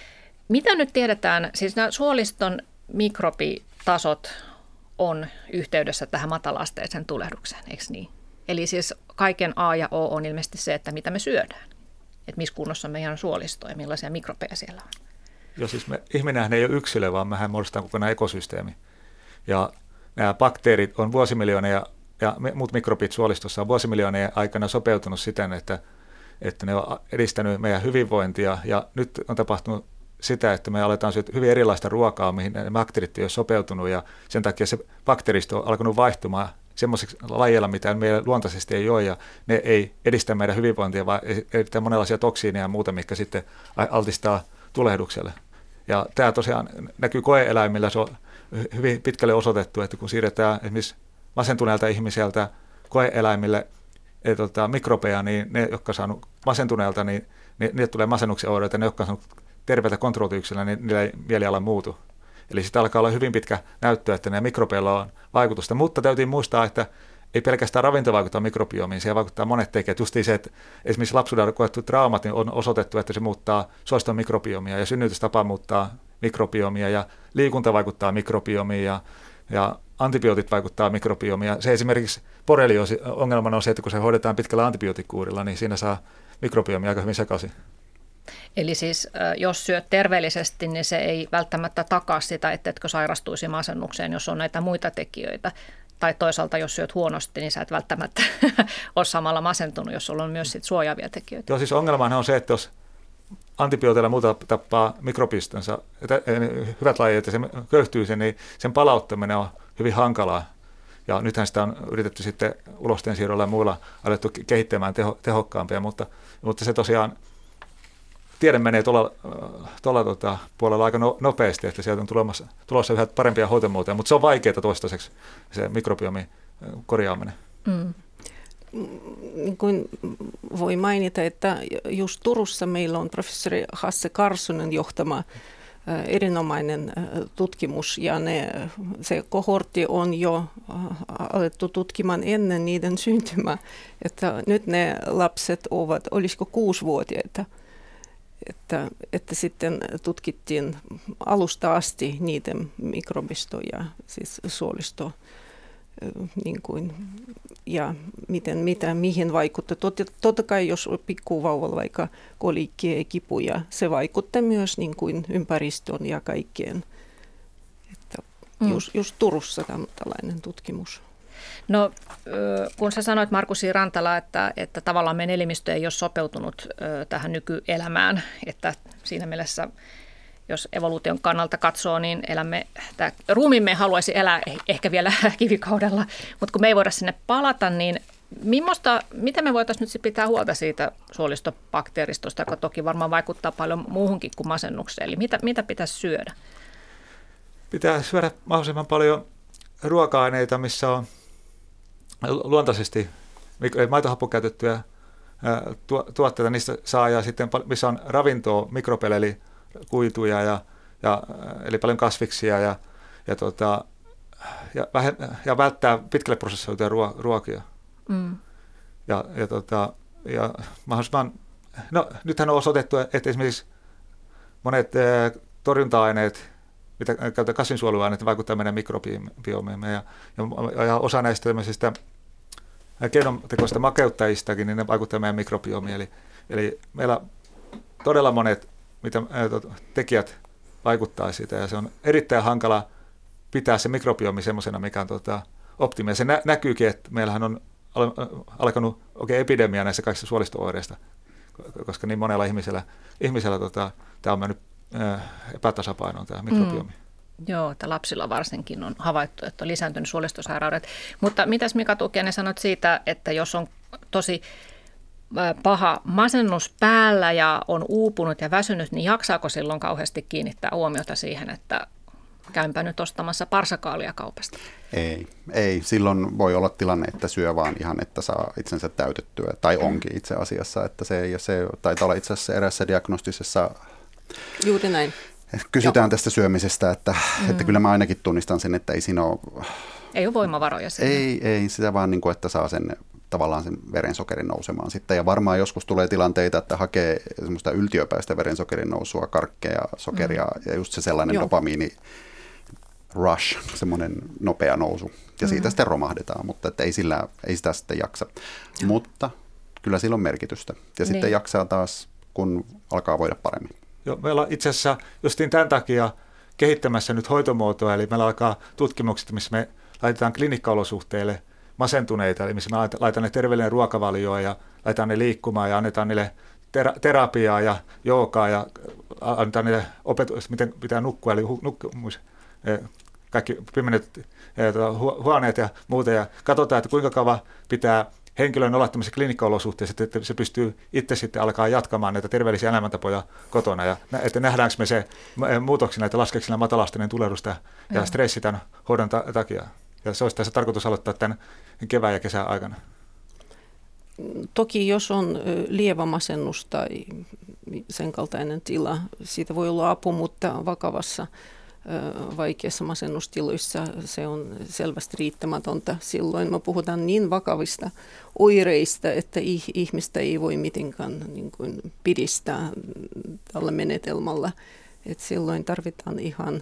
Mitä nyt tiedetään, siis nämä suoliston mikrobitasot on yhteydessä tähän matala-asteiseen tulehdukseen, eikö niin? Eli siis kaiken A ja O on ilmeisesti se, että mitä me syödään. Että missä kunnossa meidän suolisto ja millaisia mikrobeja siellä on. Joo, siis me, ihminenhän ei ole yksilö, vaan mehän muodostetaan kokonaan ekosysteemi. Ja nämä bakteerit on vuosimiljoonia ja muut mikrobit suolistossa on vuosimiljoonia aikana sopeutunut siten, että, että ne on edistänyt meidän hyvinvointia. Ja nyt on tapahtunut sitä, että me aletaan syödä hyvin erilaista ruokaa, mihin ne bakteerit ei ole sopeutunut. Ja sen takia se bakteeristo on alkanut vaihtumaan semmoisiksi lajeilla, mitä meillä luontaisesti ei ole, ja ne ei edistä meidän hyvinvointia, vaan edistää monenlaisia toksiineja ja muuta, mitkä sitten altistaa tulehdukselle. Ja tämä tosiaan näkyy koe-eläimillä, se on hyvin pitkälle osoitettu, että kun siirretään esimerkiksi masentuneelta ihmiseltä koe-eläimille et, tota, mikrobeja, niin ne, jotka on saanut masentuneelta, niin ne, ne tulee masennuksen oireita, ja ne, jotka on saanut terveitä kontrollityksiltä, niin niillä ei mieliala muutu. Eli sitä alkaa olla hyvin pitkä näyttö, että nämä mikrobeilla on vaikutusta, mutta täytyy muistaa, että ei pelkästään ravinto vaikuttaa mikrobiomiin, siihen vaikuttaa monet tekijät. Justiin se, että esimerkiksi lapsuudella koettu traumat niin on osoitettu, että se muuttaa suoliston mikrobiomia ja synnytystapa muuttaa mikrobiomia ja liikunta vaikuttaa mikrobiomiin ja, ja antibiootit vaikuttaa mikrobiomiin. Se esimerkiksi borrelioosi ongelmana on se, että kun se hoidetaan pitkällä antibioottikuurilla, niin siinä saa mikrobiomia aika hyvin sekaisin. Eli siis jos syöt terveellisesti, niin se ei välttämättä takaa sitä, etteikö sairastuisi masennukseen, jos on näitä muita tekijöitä. Tai toisaalta, jos syöt huonosti, niin sä et välttämättä ole samalla masentunut, jos sulla on myös sit suojaavia tekijöitä. Joo, siis ongelmahan on se, että jos antibiooteilla muuta tappaa mikrobistonsa, hyvät lajit, ja se köyhtyy sen, niin sen palauttaminen on hyvin hankalaa. Ja nythän sitä on yritetty sitten ulosteen siirrolla ja muilla alettu kehittämään teho, tehokkaampia, mutta, mutta se tosiaan tiede menee tuolla, tuolla tota, puolella aika no, nopeasti, että sieltä on tulossa, tulossa yhä parempia hoitomuotoja, mutta se on vaikeaa toistaiseksi, se mikrobiomin korjaaminen. Mm. Niin kuin voi mainita, että just Turussa meillä on professori Hasse Karsunen johtama erinomainen tutkimus, ja ne, se kohortti on jo alettu tutkimaan ennen niiden syntymää, että nyt ne lapset ovat, olisiko kuusivuotiaita, Että, että sitten tutkittiin alusta asti niiden mikrobisto ja siis suolisto niin kuin, ja miten, mitä, mihin vaikuttaa. Totta, totta kai jos pikkuvauvalla vaikka kolikkia ja kipuja, se vaikuttaa myös niin kuin ympäristöön ja kaikkeen. Että mm. just, just Turussa tällainen tutkimus. No kun sä sanoit, Markus Rantala, että, että tavallaan meidän elimistö ei ole sopeutunut tähän nykyelämään, että siinä mielessä, jos evoluution kannalta katsoo, niin elämme, tämä ruumiimme haluaisi elää ehkä vielä kivikaudella, mutta kun me ei voida sinne palata, niin millaista, miten me voitaisiin nyt pitää huolta siitä suolistobakteeristosta, joka toki varmaan vaikuttaa paljon muuhunkin kuin masennukseen, eli mitä, mitä pitäisi syödä? Pitää syödä mahdollisimman paljon ruoka-aineita, missä on luontaisesti maitohappokäytettyjä tuotteita, niistä saa, ja sitten missä on ravintoa, mikrobeja, eli kuituja, ja, ja, eli paljon kasviksia, ja, ja, tota, ja, vähen, ja välttää pitkälle prosessoituja ruo, ruokia. Mm. Ja, ja, tota, ja mahdollisimman, no nythän on osoitettu, että esimerkiksi monet torjunta-aineet, mitä käytetään kasvinsuojeluaineita, vaikuttaa meidän mikrobiomiimme. Ja, ja, ja osa näistä tämmöisistä keinotekoisista makeuttajistakin, niin ne vaikuttaa meidän mikrobiomiin. Eli, eli meillä todella monet mitä, tekijät vaikuttaa siitä, ja se on erittäin hankala pitää se mikrobiomi semmoisena, mikä on tota, optimia. Se nä- näkyykin, että meillähän on alkanut oikein epidemia näissä kaikista suolisto-oireista, koska niin monella ihmisellä, ihmisellä tota, tämä on mennyt epätasapainoon tämä mikrobiomi. Mm. Joo, että lapsilla varsinkin on havaittu, että on lisääntynyt suolistosairaudet. Mutta mitäs Mika Tukiainen sanot siitä, että jos on tosi paha masennus päällä ja on uupunut ja väsynyt, niin jaksaako silloin kauheasti kiinnittää huomiota siihen, että käympä nyt ostamassa parsakaalia kaupasta? Ei, ei. Silloin voi olla tilanne, että syö vaan ihan, että saa itsensä täytettyä, tai onkin itse asiassa, että se, ja se taitaa olla itse asiassa erässä diagnostisessa. Juuri näin. Kysytään Joo. tästä syömisestä, että, mm. että kyllä mä ainakin tunnistan sen, että ei siinä ole. Ei ole voimavaroja siinä. Ei, ei sitä vaan niin kuin, että saa sen tavallaan sen verensokerin nousemaan sitten. Ja varmaan joskus tulee tilanteita, että hakee semmoista yltiöpäistä verensokerin nousua, karkkeja, sokeria mm. ja just se sellainen Joo. dopamiini rush, semmoinen nopea nousu. Ja siitä mm. sitten romahdetaan, mutta että ei, sillä, ei sitä sitten jaksa. Joo. Mutta kyllä sillä on merkitystä. Ja niin. sitten jaksaa taas, kun alkaa voida paremmin. Joo, meillä on itse asiassa justiin tämän takia kehittämässä nyt hoitomuotoa, eli meillä alkaa tutkimukset, missä me laitetaan klinikkaolosuhteille masentuneita, eli missä me laitetaan ne terveellinen ruokavalioa ja laitetaan ne liikkumaan ja annetaan niille tera- terapiaa ja joogaa ja annetaan niille opetus, miten pitää nukkua, eli hu- nukkumus, kaikki pimenet huoneet ja muuta, ja katsotaan, että kuinka kauan pitää henkilön olla tämmöisissä klinikkaolosuhteissa, että se pystyy itse sitten alkaa jatkamaan näitä terveellisiä elämäntapoja kotona, ja että nähdäänkö me se muutoksina, että laskeeko matalastinen tulehdusta ja stressi tämän hoidon ta- takia. Ja se olisi tässä tarkoitus aloittaa tämän kevään ja kesän aikana. Toki jos on lievä masennus tai sen kaltainen tila, siitä voi olla apu, mutta vakavassa vaikeassa masennustiloissa se on selvästi riittämätöntä. Silloin me puhutaan niin vakavista oireista, että ihmistä ei voi mitenkään niin kuin piristää tällä menetelmällä. Et silloin tarvitaan ihan,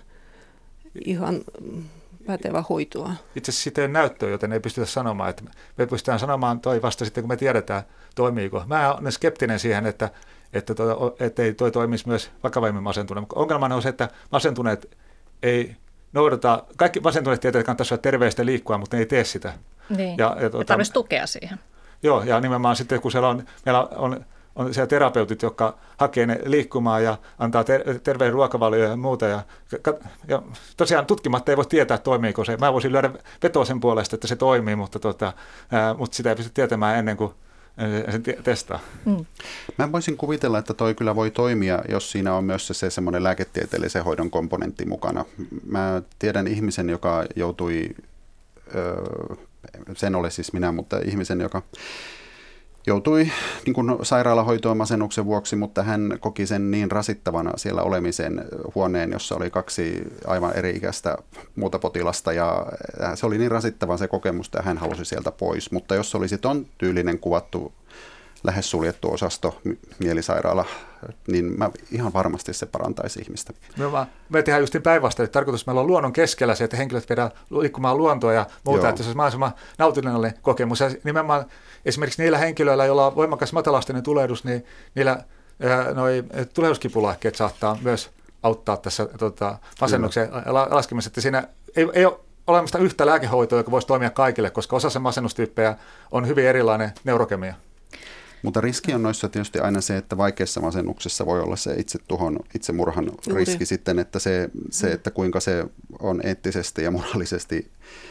ihan pätevä hoitoa. Itse asiassa siitä ei ole näyttöä, joten ei pystytä sanomaan. Että me pystytään sanomaan toi vasta sitten, kun me tiedetään, toimiiko. Mä olen skeptinen siihen, että, että, to, että ei toi toimisi myös vakavimmin masentuneet. Ongelmana on se, että masentuneet ei noudata, kaikki masentuneet tietää, että kannattaisi olla terveellistä liikkua, mutta ne ei tee sitä. Niin, ja, ja, tuota, ja tarvitsisi tukea siihen. Joo, ja nimenomaan sitten, kun siellä on, meillä on, on siellä terapeutit, jotka hakee ne liikkumaan ja antaa ter- terveen ruokavalioja ja muuta. Ja, ja tosiaan tutkimatta ei voi tietää, toimiiko se. Mä voisin lyödä vetoa sen puolesta, että se toimii, mutta, tota, ää, mutta sitä ei pysty tietämään ennen kuin sen testaa. Mm. Mä voisin kuvitella, että toi kyllä voi toimia, jos siinä on myös se, se semmoinen lääketieteellisen hoidon komponentti mukana. Mä tiedän ihmisen, joka joutui, öö, sen ole siis minä, mutta ihmisen, joka joutui niin kuin sairaalahoitoon masennuksen vuoksi, mutta hän koki sen niin rasittavana siellä olemisen huoneen, jossa oli kaksi aivan eri-ikäistä muuta potilasta, ja se oli niin rasittava se kokemus, että hän halusi sieltä pois. Mutta jos olisi ton tyylinen kuvattu lähes suljettu osasto mielisairaala, niin mä ihan varmasti se parantaisi ihmistä. Me, vaan, me tehdään just päinvastoin, että tarkoitus meillä on luonnon keskellä se, että henkilöt viedään liikkumaan luontoa ja muuta, Joo. että se olisi mahdollisimman nautinnollinen kokemus. Ja nimenomaan esimerkiksi niillä henkilöillä, joilla on voimakas matalastinen tulehdus, niin niillä noi tulehduskipulääkkeet saattaa myös auttaa tässä tota, masennuksen laskemisessa, että siinä ei, ei ole olemassa yhtä lääkehoitoa, joka voisi toimia kaikille, koska osa sen masennustyyppejä on hyvin erilainen neurokemia. Mutta riski on noissa tietysti aina se, että vaikeassa masennuksessa voi olla se itsetuhon, itsemurhan Juuri. riski sitten, että se, se, että kuinka se on eettisesti ja moraalisesti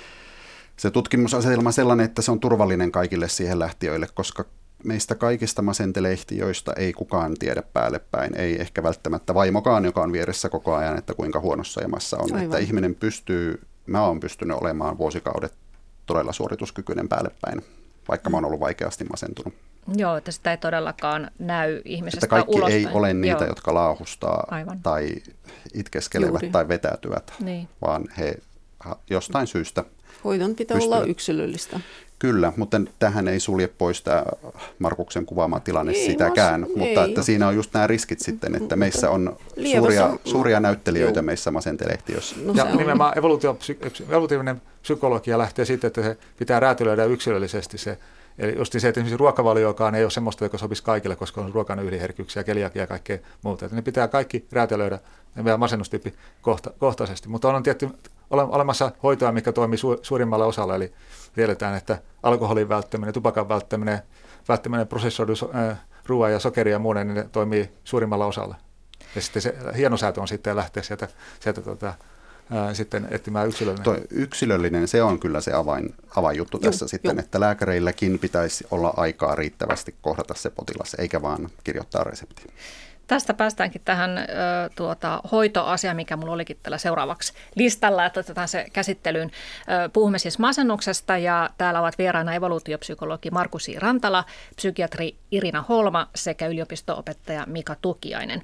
se tutkimusasetelma sellainen, että se on turvallinen kaikille siihen lähtiöille, koska meistä kaikista masenteleihtiöistä ei kukaan tiedä päälle päin, ei ehkä välttämättä vaimokaan, joka on vieressä koko ajan, että kuinka huonossa jamassa on. Aivan. Että ihminen pystyy, mä oon pystynyt olemaan vuosikaudet todella suorituskykyinen päälle päin, vaikka mä oon ollut vaikeasti masentunut. Joo, että sitä ei todellakaan näy ihmisestä että kaikki ulospäin. Ei ole niitä, Joo. jotka laahustaa Aivan. tai itkeskelevät Juuri. tai vetäytyvät, niin. vaan he jostain syystä hoidon pitää pystyvät. olla yksilöllistä. Kyllä, mutta tähän ei sulje pois tämä Markuksen kuvaama tilanne ei, sitäkään, mas, mutta ei. Että siinä on just nämä riskit sitten, että meissä on suuria, suuria näyttelijöitä Joo. meissä masentelehtiossa. No, ja nimenomaan evolutiivinen psykologia lähtee siitä, että se pitää räätälöidä yksilöllisesti se. Eli just se, että esimerkiksi ruokavaliokaan ei ole semmoista, joka sopisi kaikille, koska on ruokan yliherkkyyksiä, keliakia ja kaikkea muuta. Että ne pitää kaikki räätälöidä meidän masennustyyppi kohta, kohtaisesti. Mutta on tietty olemassa hoitoa, mikä toimii su, suurimmalle osalle. Eli tiedetään, että alkoholin välttäminen, tupakan välttäminen, välttäminen prosessoidun äh, ruoan ja sokeria ja muun, niin ne toimii suurimmalla osalla. Ja sitten se hienosäätö on sitten lähteä sieltä, sieltä tota, Ää, sitten etsimään yksilöllinen. Tuo yksilöllinen, se on kyllä se avain, avainjuttu Juh, tässä sitten, jo. että lääkäreilläkin pitäisi olla aikaa riittävästi kohdata se potilas, eikä vaan kirjoittaa reseptiä. Tästä päästäänkin tähän ö, tuota, hoitoasiaan, mikä minulla olikin tällä seuraavaksi listalla, että otetaan se käsittelyyn. Ö, puhumme siis masennuksesta ja täällä ovat vieraana evoluutiopsykologi Markus I. Rantala, psykiatri Irina Holma sekä yliopisto-opettaja Mika Tukiainen.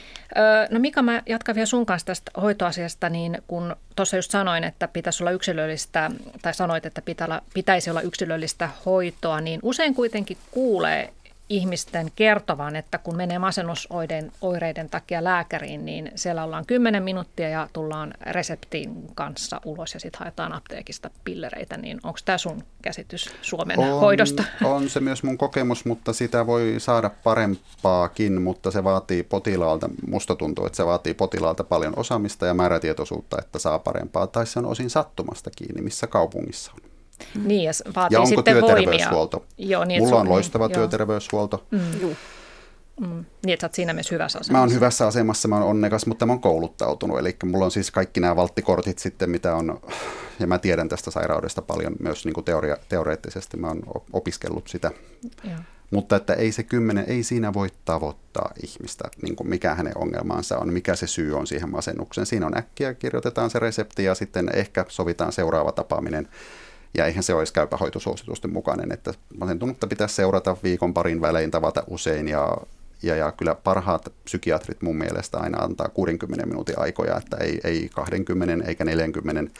No Mika, mä jatkan vielä sun kanssa tästä hoitoasiasta, niin kun tuossa just sanoin, että pitäisi olla yksilöllistä, tai sanoit, että pitäisi olla yksilöllistä hoitoa, niin usein kuitenkin kuulee ihmisten kertovan, että kun menee masennusoireiden takia lääkäriin, niin siellä ollaan kymmenen minuuttia ja tullaan reseptin kanssa ulos ja sitten haetaan apteekista pillereitä. Niin onko tämä sun käsitys Suomen on, hoidosta? On se myös mun kokemus, mutta sitä voi saada parempaakin, mutta se vaatii potilaalta, musta tuntuu, että se vaatii potilaalta paljon osaamista ja määrätietoisuutta, että saa parempaa, tai se on osin sattumasta kiinni, missä kaupungissa on. Mm. Niin, ja vaatii ja onko sitten työterveyshuolto? Voimia. Joo, niin, Mulla on sun, loistava joo. työterveyshuolto. Mm. Mm. Niin, että sä oot siinä myös hyvässä asemassa. Mä oon hyvässä asemassa, mä oon onnekas, mutta mä oon kouluttautunut. Eli mulla on siis kaikki nämä valttikortit sitten, mitä on, ja mä tiedän tästä sairaudesta paljon myös niin kuin teoria, teoreettisesti. Mä oon opiskellut sitä. Joo. Mutta että ei se kymmenen, ei siinä voi tavoittaa ihmistä, niin kuin mikä hänen ongelmaansa on, mikä se syy on siihen masennukseen. Siinä on äkkiä, kirjoitetaan se resepti ja sitten ehkä sovitaan seuraava tapaaminen. Ja eihän se olisi käypä hoitosuositusten mukainen, että masentunutta pitäisi seurata viikon parin välein, tavata usein ja, ja, ja kyllä parhaat psykiatrit mun mielestä aina antaa kuudenkymmenen minuutin aikoja, että ei, ei kaksikymmentä eikä neljäkymmentä,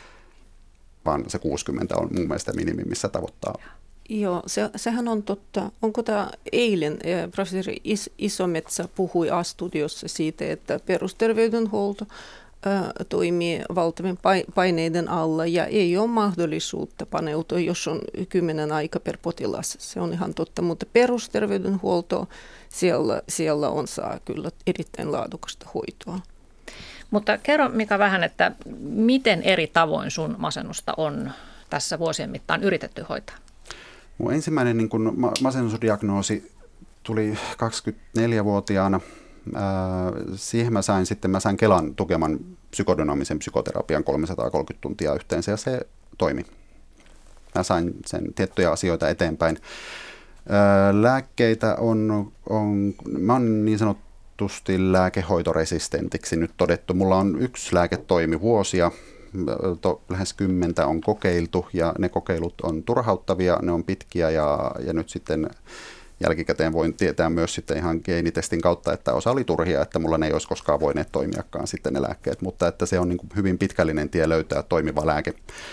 vaan se kuusikymmentä on mun mielestä minimi, missä tavoittaa. Joo, se, sehän on totta. Onko tämä eilen eh, professori Is, Isometsä puhui A-studiossa siitä, että perusterveydenhuolto toimii valtavien paineiden alla ja ei ole mahdollisuutta paneutua, jos on kymmenen aika per potilas. Se on ihan totta, mutta perusterveydenhuolto siellä, siellä on saa kyllä erittäin laadukasta hoitoa. Mutta kerro Mika vähän, että miten eri tavoin sun masennusta on tässä vuosien mittaan yritetty hoitaa? Mun ensimmäinen niin kun masennusdiagnoosi tuli kaksikymmentäneljävuotiaana. Siihen mä sain sitten, mä sain Kelan tukeman psykodynaamisen psykoterapian kolmesataakolmekymmentä tuntia yhteensä ja se toimi. Mä sain sen tiettyjä asioita eteenpäin. Lääkkeitä on, on mä oon niin sanotusti lääkehoitoresistentiksi nyt todettu. Mulla on yksi lääke toimi vuosia, to, lähes kymmentä on kokeiltu ja ne kokeilut on turhauttavia, ne on pitkiä ja, ja nyt sitten jälkikäteen voin tietää myös sitten ihan geenitestin kautta, että osa oli turhia, että mulla ne ei olisi koskaan voineet toimiakaan sitten ne lääkkeet, mutta että se on niin kuin hyvin pitkällinen tie löytää toimiva lääke.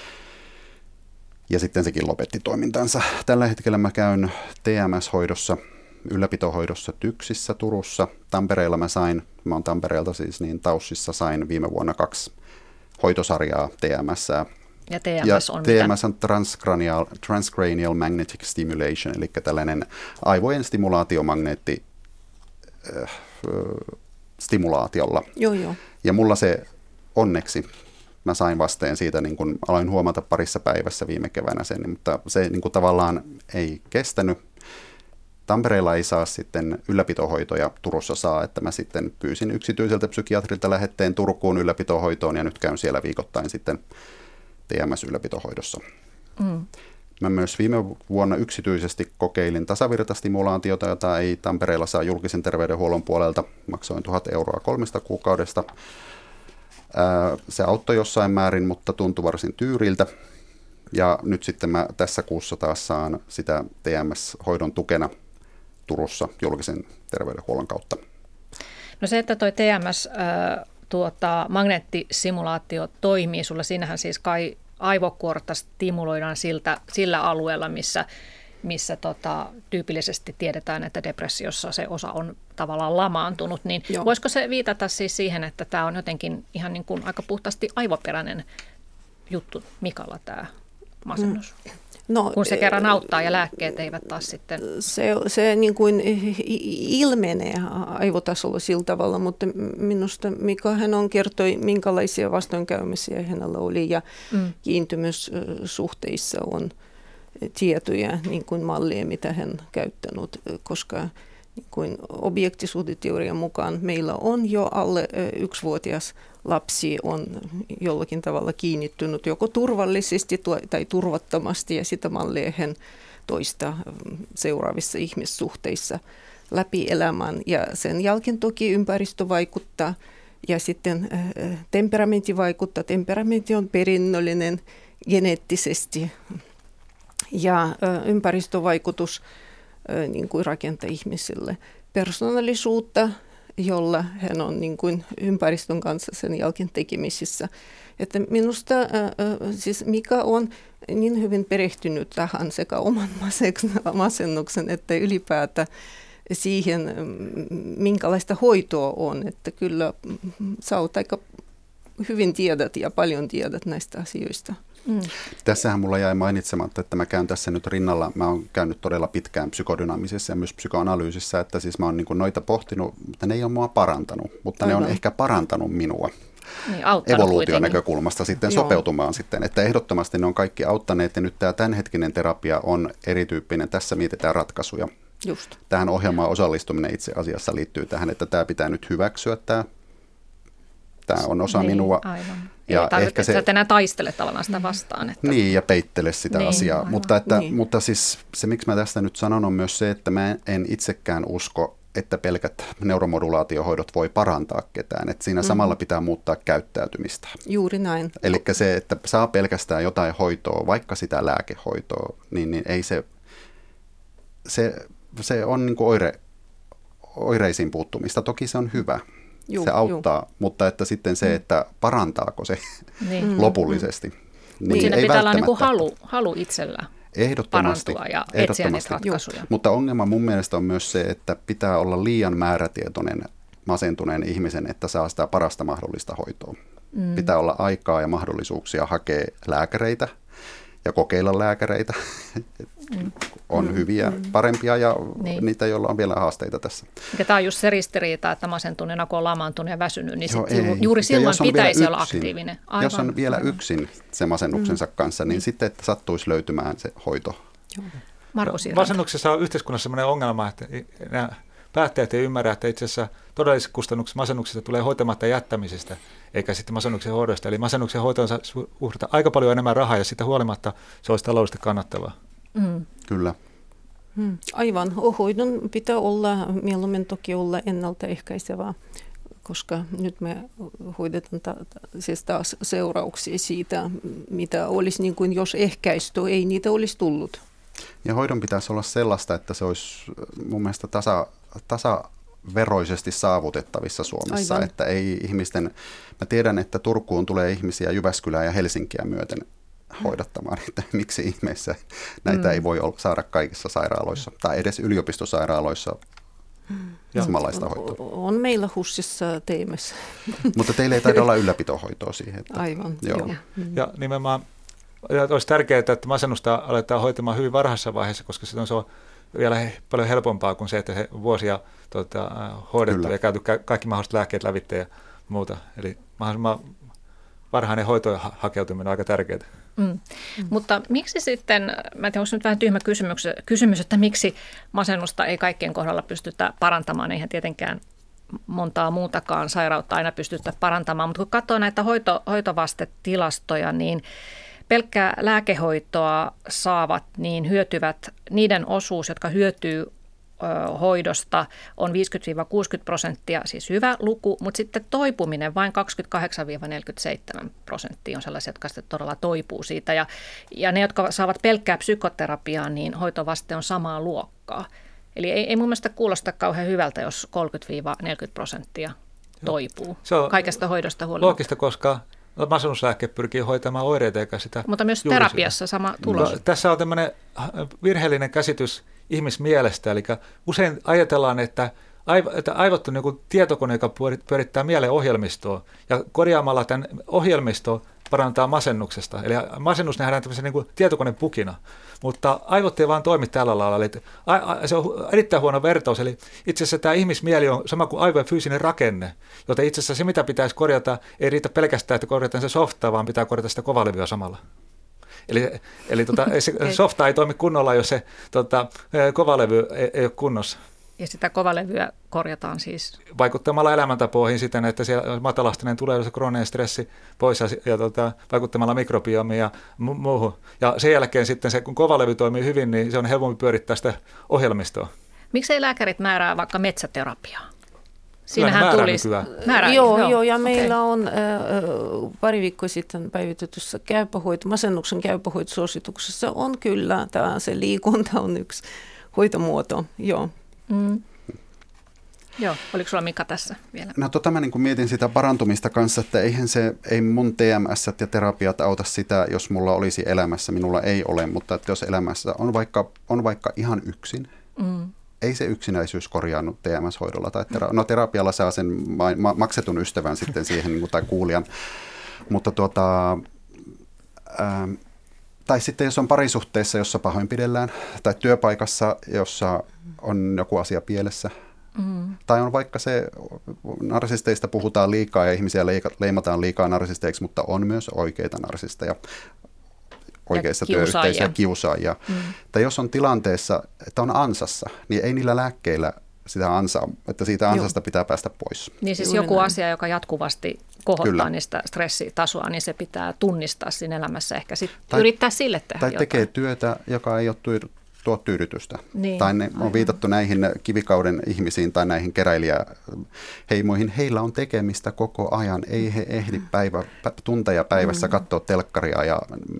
Ja sitten sekin lopetti toimintansa. Tällä hetkellä mä käyn T M S-hoidossa, ylläpitohoidossa TYKSissä Turussa. Tampereella mä sain, mä oon Tampereelta siis, niin Taussissa sain viime vuonna kaksi hoitosarjaa T M S:ää. Ja T M S on T M S on transcranial, transcranial magnetic stimulation, eli tällainen aivojen stimulaatiomagneetti äh, stimulaatiolla. Joo, joo. Ja mulla se onneksi, mä sain vasteen siitä, niin kun aloin huomata parissa päivässä viime keväänä sen, mutta se niin kun tavallaan ei kestänyt. Tampereella ei saa sitten ylläpitohoitoja, Turussa saa, että mä sitten pyysin yksityiseltä psykiatrilta lähetteen Turkuun ylläpitohoitoon ja nyt käyn siellä viikoittain sitten T M S-ylläpitohoidossa. Mm. Mä myös viime vuonna yksityisesti kokeilin tasavirtastimulaatiota, jota ei Tampereella saa julkisen terveydenhuollon puolelta. Maksoin tuhat euroa kolmesta kuukaudesta. Ää, se auttoi jossain määrin, mutta tuntui varsin tyyriltä. Ja nyt sitten mä tässä kuussa taas saan sitä T M S-hoidon tukena Turussa julkisen terveydenhuollon kautta. No se, että toi T M S... Äh... Tuota, magneettisimulaatio toimii sulla. Siinähän siis kai aivokuorta stimuloidaan siltä, sillä alueella, missä, missä tota, tyypillisesti tiedetään, että depressiossa se osa on tavallaan lamaantunut. Niin voisiko se viitata siis siihen, että tämä on jotenkin ihan niin kuin aika puhtaasti aivoperäinen juttu Mikalla tämä masennus? Mm. No, kun se kerran auttaa ja lääkkeet eivät taas sitten... Se, se niin kuin ilmenee aivotasolla sillä tavalla, mutta minusta Mika hän on kertoi, minkälaisia vastoinkäymisiä hänellä oli ja mm. kiintymyssuhteissa on tietoja niin kuin mallia, mitä hän käyttänyt, koska niin kuin objektisuhdeteorian mukaan meillä on jo alle yksivuotias lapsi on jollakin tavalla kiinnittynyt joko turvallisesti tai turvattomasti ja sitä mallia hän toistaa seuraavissa ihmissuhteissa läpi elämän. Ja sen jälkeen toki ympäristö vaikuttaa ja sitten äh, temperamentti vaikuttaa. Temperamentti on perinnöllinen geneettisesti ja äh, ympäristövaikutus äh, niin kuin rakentaa ihmisille persoonallisuutta, jolla hän on niin kuin ympäristön kanssa sen jälkeen tekemisissä. Että minusta äh, siis Mika on niin hyvin perehtynyt tähän sekä oman masennuksen että ylipäätään siihen, minkälaista hoitoa on. Että kyllä sä oot aika hyvin tiedät ja paljon tiedät näistä asioista. Mm. Tässähän mulla jäi mainitsematta, että mä käyn tässä nyt rinnalla, mä oon käynyt todella pitkään psykodynaamisessa ja myös psykoanalyysissä, että siis mä oon niin kuin noita pohtinut, mutta ne ei ole mua parantanut, mutta Aivan. ne on ehkä parantanut minua. Niin, evoluution näkökulmasta sitten Joo. sopeutumaan sitten, että ehdottomasti ne on kaikki auttaneet ja nyt tämä tämänhetkinen terapia on erityyppinen, tässä mietitään ratkaisuja. Just. Tähän ohjelmaan osallistuminen itse asiassa liittyy tähän, että tämä pitää nyt hyväksyä, tämä, tämä on osa niin, minua. Aivan. Ja ei tarvitse, että sä et enää taistele tavallaan sitä vastaan. Että... Niin, ja peittele sitä niin, asiaa, aivan. mutta, että, niin. mutta siis se, miksi mä tästä nyt sanon, on myös se, että mä en itsekään usko, että pelkät neuromodulaatiohoidot voi parantaa ketään. Että siinä mm-hmm. samalla pitää muuttaa käyttäytymistä. Juuri näin. Eli se, että saa pelkästään jotain hoitoa, vaikka sitä lääkehoitoa, niin, niin ei se, se, se on niin kuin oire, oireisiin puuttumista. Toki se on hyvä. Juh, se auttaa, juh. mutta että sitten se, että parantaako se niin. lopullisesti. Niin mutta siinä pitää olla niin kuin halu, halu itsellä. Ehdottomasti, parantua ja ehdottomasti. etsiä niitä ratkaisuja. Juh. Mutta ongelma mun mielestä on myös se, että pitää olla liian määrätietoinen masentuneen ihmisen, että saa sitä parasta mahdollista hoitoa. Mm. Pitää olla aikaa ja mahdollisuuksia hakea lääkäreitä ja kokeilla lääkäreitä. Mm. On hyviä, mm. parempia ja niin. niitä, joilla on vielä haasteita tässä. Ja tämä on just se ristiriita, että masentuneena, kun on lamaantunut ja väsynyt, niin Joo, sit juuri silloin pitäisi yksin, olla aktiivinen. Aivan, jos on vielä aivan. yksin se masennuksensa mm. kanssa, niin mm. sitten, että sattuisi löytymään se hoito. Marko Masennuksessa on yhteiskunnassa sellainen ongelma, että nämä päättäjät ei ymmärrä, että itse asiassa todellisissa kustannuksissa masennuksesta tulee hoitamatta jättämisestä, eikä sitten masennuksen hoidosta. Eli masennuksen hoitoon saa uhrata aika paljon enemmän rahaa, ja sitä huolimatta se olisi taloudellisesti kannattavaa. Mm. Kyllä. Mm. Aivan. Hoidon pitää olla, mieluummin toki olla ennaltaehkäisevää, koska nyt me hoidetaan ta- ta- siis taas seurauksia siitä, mitä olisi niin kuin jos ehkäisty, ei niitä olisi tullut. Ja hoidon pitäisi olla sellaista, että se olisi mun mielestä tasa, tasaveroisesti saavutettavissa Suomessa, Aivan. että ei ihmisten, mä tiedän, että Turkuun tulee ihmisiä Jyväskylää ja Helsinkiä myöten hoidattamaan, että miksi ihmeessä näitä mm. ei voi saada kaikissa sairaaloissa tai edes yliopistosairaaloissa mm. samanlaista hoitoa. On meillä HUSissa teemessä. Mutta teillä ei taida olla ylläpitohoitoa siihen. Että, Aivan, joo. joo. Ja nimenomaan ja olisi tärkeää, että masennusta aletaan hoitamaan hyvin varhaisessa vaiheessa, koska se on vielä he, paljon helpompaa kuin se, että he vuosia tuota, hoidettu Kyllä. ja käyty ka- kaikki mahdolliset lääkkeet lävitse ja muuta. Eli mahdollisimman varhainen hoito ja hakeutuminen on aika tärkeää. Mm. Mm. Mutta miksi sitten, mä en tiedä, onko nyt vähän tyhmä kysymys, kysymys, että miksi masennusta ei kaikkien kohdalla pystytä parantamaan, eihän tietenkään montaa muutakaan sairautta aina pystytä parantamaan, mutta kun katsoo näitä hoito, hoitovastetilastoja, niin pelkkää lääkehoitoa saavat, niin hyötyvät niiden osuus, jotka hyötyy ö, hoidosta, on viisikymmentä kuusikymmentä prosenttia, siis hyvä luku, mutta sitten toipuminen vain kaksikymmentäkahdeksan neljäkymmentäseitsemän prosenttia on sellaisia, jotka sitten todella toipuu siitä. Ja, ja ne, jotka saavat pelkkää psykoterapiaa, niin hoitovaste on samaa luokkaa. Eli ei, ei mun mielestä kuulosta kauhean hyvältä, jos kolmekymmentä neljäkymmentä prosenttia toipuu kaikesta hoidosta huolimatta. Loogista, koska masennuslääke pyrkii hoitamaan oireita eikä sitä. Mutta myös juuri terapiassa sama tulos. No, tässä on tämmöinen virheellinen käsitys ihmismielestä, eli usein ajatellaan, että, aiv- että aivot on niin tietokone, joka pyörittää mielen ohjelmistoa, ja korjaamalla tämän ohjelmistoa parantaa masennuksesta. Eli masennus nähdään tämmöisen niin kuin tietokonepukina, mutta aivot ei vaan toimi tällä lailla. Eli se on erittäin huono vertaus. Eli itse asiassa tämä ihmismieli on sama kuin aivojen fyysinen rakenne, joten itse asiassa se, mitä pitäisi korjata, ei riitä pelkästään, että korjataan se softaa, vaan pitää korjata sitä kovalevyä samalla. Eli, eli tota, se softa ei toimi kunnolla, jos se tota, kovalevy ei, ei ole kunnossa. Ja sitä kovalevyä korjataan siis? Vaikuttamalla elämäntapoihin siten, että siellä matalastinen tulee se krooninen stressi pois ja, ja tota, vaikuttamalla mikrobiomiin ja mu- muuhun. Ja sen jälkeen sitten se, kun kovalevy toimii hyvin, niin se on helpompi pyörittää sitä ohjelmistoa. Miksei lääkärit määrää vaikka metsäterapiaa? Siinähän tulisi määrää. Joo, joo, ja okay. meillä on äh, pari viikkoa sitten päivitetyssä käypähoito, masennuksen käypähoitosuosituksessa on kyllä, tämä se liikunta on yksi hoitomuoto, joo. Mm. Joo, oliko sulla Mika tässä vielä? No tota mä niin kuin mietin sitä parantumista kanssa, että eihän se, ei mun T M S ja terapiat auta sitä, jos mulla olisi elämässä, minulla ei ole, mutta että jos elämässä on vaikka, on vaikka ihan yksin, mm. ei se yksinäisyys korjaannut T M S-hoidolla. Tai tera- no terapialla saa sen ma- maksetun ystävän sitten siihen niin kuin, tai kuulijan, mutta tuota... Ää, tai sitten jos on parisuhteessa, jossa pahoinpidellään, tai työpaikassa, jossa on joku asia pielessä, mm. tai on vaikka se, narsisteista puhutaan liikaa ja ihmisiä leimataan liikaa narsisteiksi, mutta on myös oikeita narsisteja, oikeissa työyhteisöissä ja kiusaajia. Mm. Tai jos on tilanteessa, että on ansassa, niin ei niillä lääkkeillä sitä ansaa, että siitä ansasta Joo. pitää päästä pois. Niin siis joku asia, joka jatkuvasti kohottaa Kyllä. niistä stressitasoa, niin se pitää tunnistaa siinä elämässä, ehkä sitten tai, yrittää sille tehdä Tai jotain. tekee työtä, joka ei ole tyy- tuo tyydytystä. Niin, tai ne on viitattu näihin kivikauden ihmisiin tai näihin keräilijäheimoihin. Heillä on tekemistä koko ajan. Ei he ehdi päivä, tunteja päivässä mm. katsoa telkkaria ja